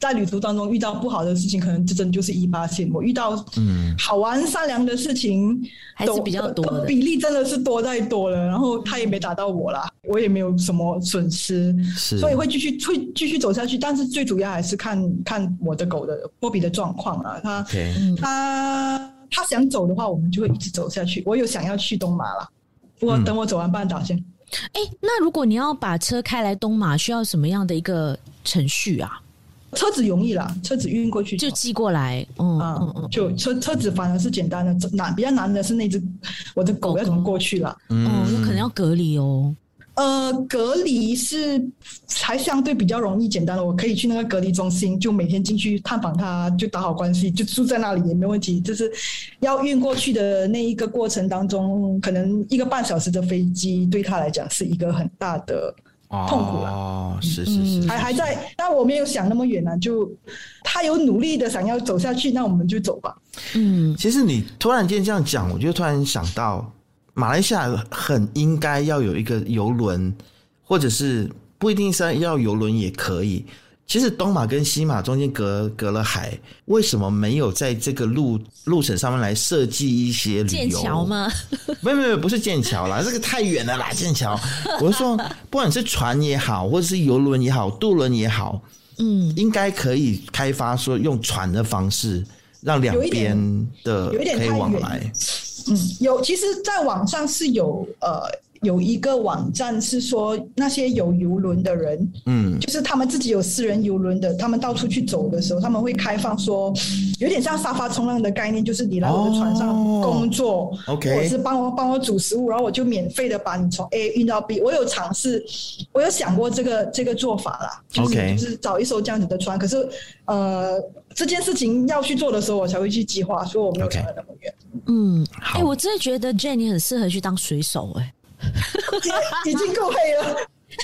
在旅途当中遇到不好的事情，可能这真就是一八线。我遇到好玩善良的事情， 还是比较多的， 比例真的是多太多了。然后他也没打到我啦，我也没有什么损失，所以会继续会继续走下去。但是最主要还是看看我的狗的波比的状况啊，他、okay. 他他想走的话，我们就会一直走下去。我有想要去东马啦，不过等我走完半岛先。 哎、嗯，那如果你要把车开来东马，需要什么样的一个程序啊？ 车子容易啦，车子运过去就寄过来，嗯嗯嗯，就车车子反而是简单的，难比较难的是那只我的狗要怎么过去啦？ 嗯、哦，那可能要隔离哦。 呃，隔离是还相对比较容易简单的，我可以去那个隔离中心，就每天进去探访他，就打好关系，就住在那里也没问题。就是要运过去的那一个过程当中，可能一个半小时的飞机对他来讲是一个很大的痛苦了。 哦，是是是， 还还在，但我没有想那么远啊，就他有努力的想要走下去，那我们就走吧。 嗯，其实你突然间这样讲，我就突然想到。马来西亚很应该要有一个邮轮，或者是不一定是要邮轮也可以。其实东马跟西马中间隔隔了海，为什么没有在这个路路程上面来设计一些旅游？ 建桥吗？ 没有没有，不是建桥啦，这个太远了啦，建桥。我是说，不管是船也好，或者是邮轮也好，渡轮也好，嗯，应该可以开发说用船的方式，让两边的可以往来。 嗯，有，其实在网上是有呃有一个网站是说那些有邮轮的人，嗯，就是他们自己有私人邮轮的，他们到处去走的时候，他们会开放说，有点像沙发冲浪的概念，就是你来我的船上工作，哦、或者是帮我帮我煮食物，然后我就免费的把你从 A 运到 B。我有尝试，我有想过这个这个做法啦，就是、okay. 就是找一艘这样子的船，可是呃这件事情要去做的时候，我才会去计划，所以我没有想得那么远。 Okay. 嗯，哎、欸，我真的觉得 Jane 你很适合去当水手、欸， 哎，已经够黑了。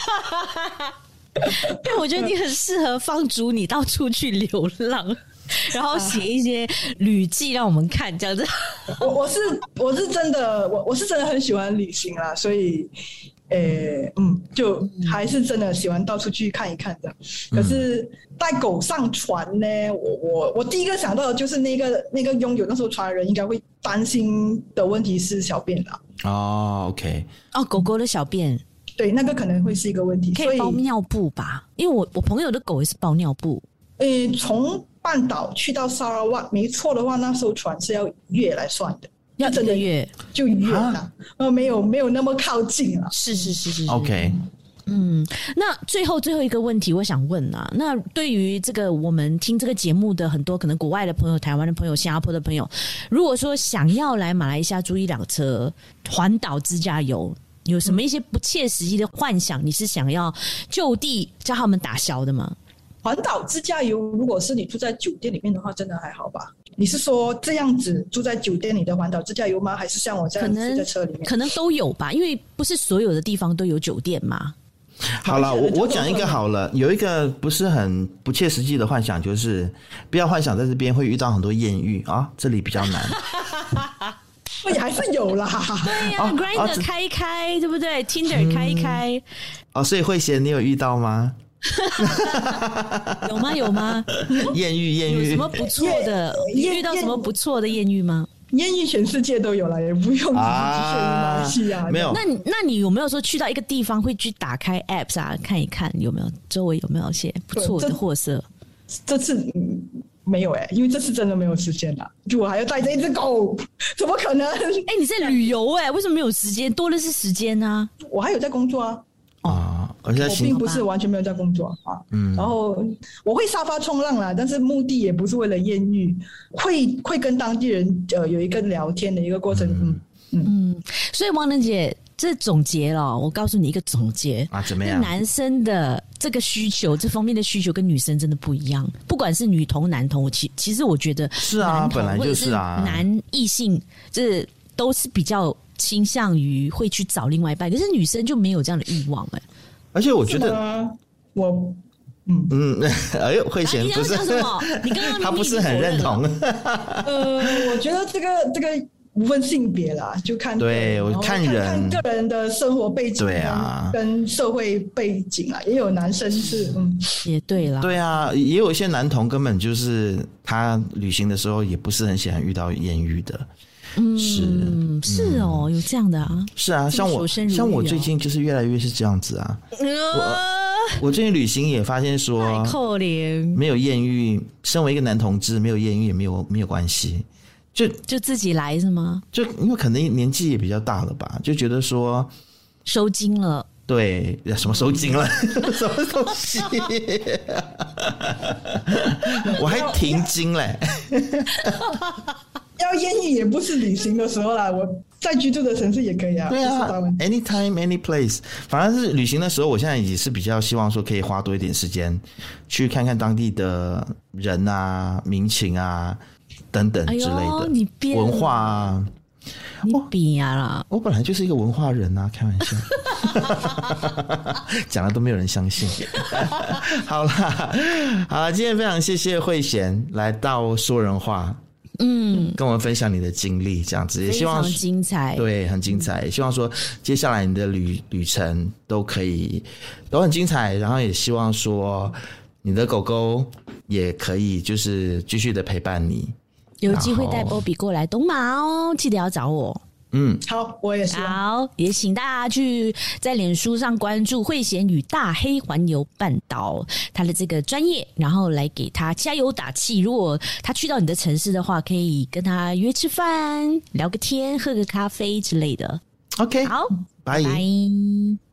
但我觉得你很适合放逐你到处去流浪，然后写一些旅记让我们看，这样子。 我我是我是真的，我我是真的很喜欢旅行啦，所以。诶、欸，嗯，就还是真的喜欢到处去看一看的。可是带狗上船呢，我我我第一个想到的就是那个那个拥有那艘船的人应该会担心的问题是小便啦。 哦 ，OK， 哦，狗狗的小便， 对，那个可能会是一个问题。 可以包尿布吧？因为我我朋友的狗也是包尿布。 诶、欸，从半岛去到沙拉瓦，没错的话，那艘船是要月来算的。 要一个月就月了，呃，没有没有那么靠近了。 是是是是 ，OK。 嗯，那最后最后一个问题，我想问啊，那对于这个我们听这个节目的很多可能国外的朋友、台湾的朋友、新加坡的朋友，如果说想要来马来西亚租一辆车环岛自驾游，有什么一些不切实际的幻想？你是想要就地叫他们打消的吗？ 环岛自驾游，如果是你住在酒店里面的话，真的还好吧？你是说这样子住在酒店里的环岛自驾游吗？还是像我这样子在车里面？ 可能都有吧，因为不是所有的地方都有酒店嘛。 好了，我我讲一个好了，有一个不是很不切实际的幻想，就是不要幻想在这边会遇到很多艳遇啊，这里比较难。 也还是有啦， 对呀、啊哦、，Grindr 开一开，对不对 ？Tinder 开一开。 哦，所以慧贤，你有遇到吗？ 有吗？有吗？ 艳遇，艳遇， 有什么不错的？你遇到什么不错的艳遇吗？ 艳遇全世界都有了，也不用只限于马来西亚。 没有。 那你那你有没有说去到一个地方会去打开 apps 啊，看一看有没有周围有没有一些不错的货色？ 这, 这次、嗯、没有哎、欸，因为这次真的没有时间了，就我还要带着一只狗，怎么可能？哎、 欸，你在旅游哎、欸，为什么没有时间？多的是时间呢、啊。 我还有在工作啊。 啊，而且我并不是完全没有在工作啊，嗯，然后我会沙发冲浪啦，但是目的也不是为了艳遇，会会跟当地人呃有一个聊天的一个过程，嗯嗯嗯，所以王能姐这总结了，我告诉你一个总结啊，怎么样？ 男生的这个需求，这方面的需求跟女生真的不一样，不管是女同男同，其其实我觉得是啊，本来就是啊， 男异性这都是比较倾向于会去找另外一半，可是女生就没有这样的欲望哎、欸。 而且我觉得， 我嗯嗯，哎呦，慧贤不是什么？你刚刚他不是很认同。 呃，我觉得这个这个无分性别啦，就看对我看人看个人的生活背景， 对啊， 跟社会背景啊，也有男生是嗯， 也对啦， 对啊，也有一些男童根本就是他旅行的时候也不是很喜欢遇到艳遇的。 嗯， 是是哦，有这样的啊， 是啊，像我像我最近就是越来越是这样子啊。我我最近旅行也发现说， 太可怜， 没有艳遇，身为一个男同志，没有艳遇也没有没有关系，就就自己来是吗？ 就因为可能年纪也比较大了吧，就觉得说收精了。 对，什么收精了？什么东西？我还停经嘞。 要艳遇也不是旅行的时候啦，我在居住的城市也可以啊。 对啊 ，anytime any place， 反正是旅行的时候，我现在也是比较希望说可以花多一点时间去看看当地的人啊、民情啊等等之类的、 哎、你文化啊。 你变啊啦！ 我本来就是一个文化人啊，开玩笑，讲了都没有人相信。好啦，好啦，今天非常谢谢慧贤来到说人话。嗯，跟我们分享你的经历，这样子也希望非常精彩， 对，很精彩。也希望说接下来你的旅旅程都可以都很精彩，然后也希望说你的狗狗也可以就是继续的陪伴你。 有机会带 Bobby 过来东马哦，记得要找我。 嗯， 好，我也是。 好，也请大家去在脸书上关注慧贤与大黑环游半岛他的这个专业，然后来给他加油打气。如果他去到你的城市的话，可以跟他约吃饭、聊个天、喝个咖啡之类的。 OK， 好， 拜拜。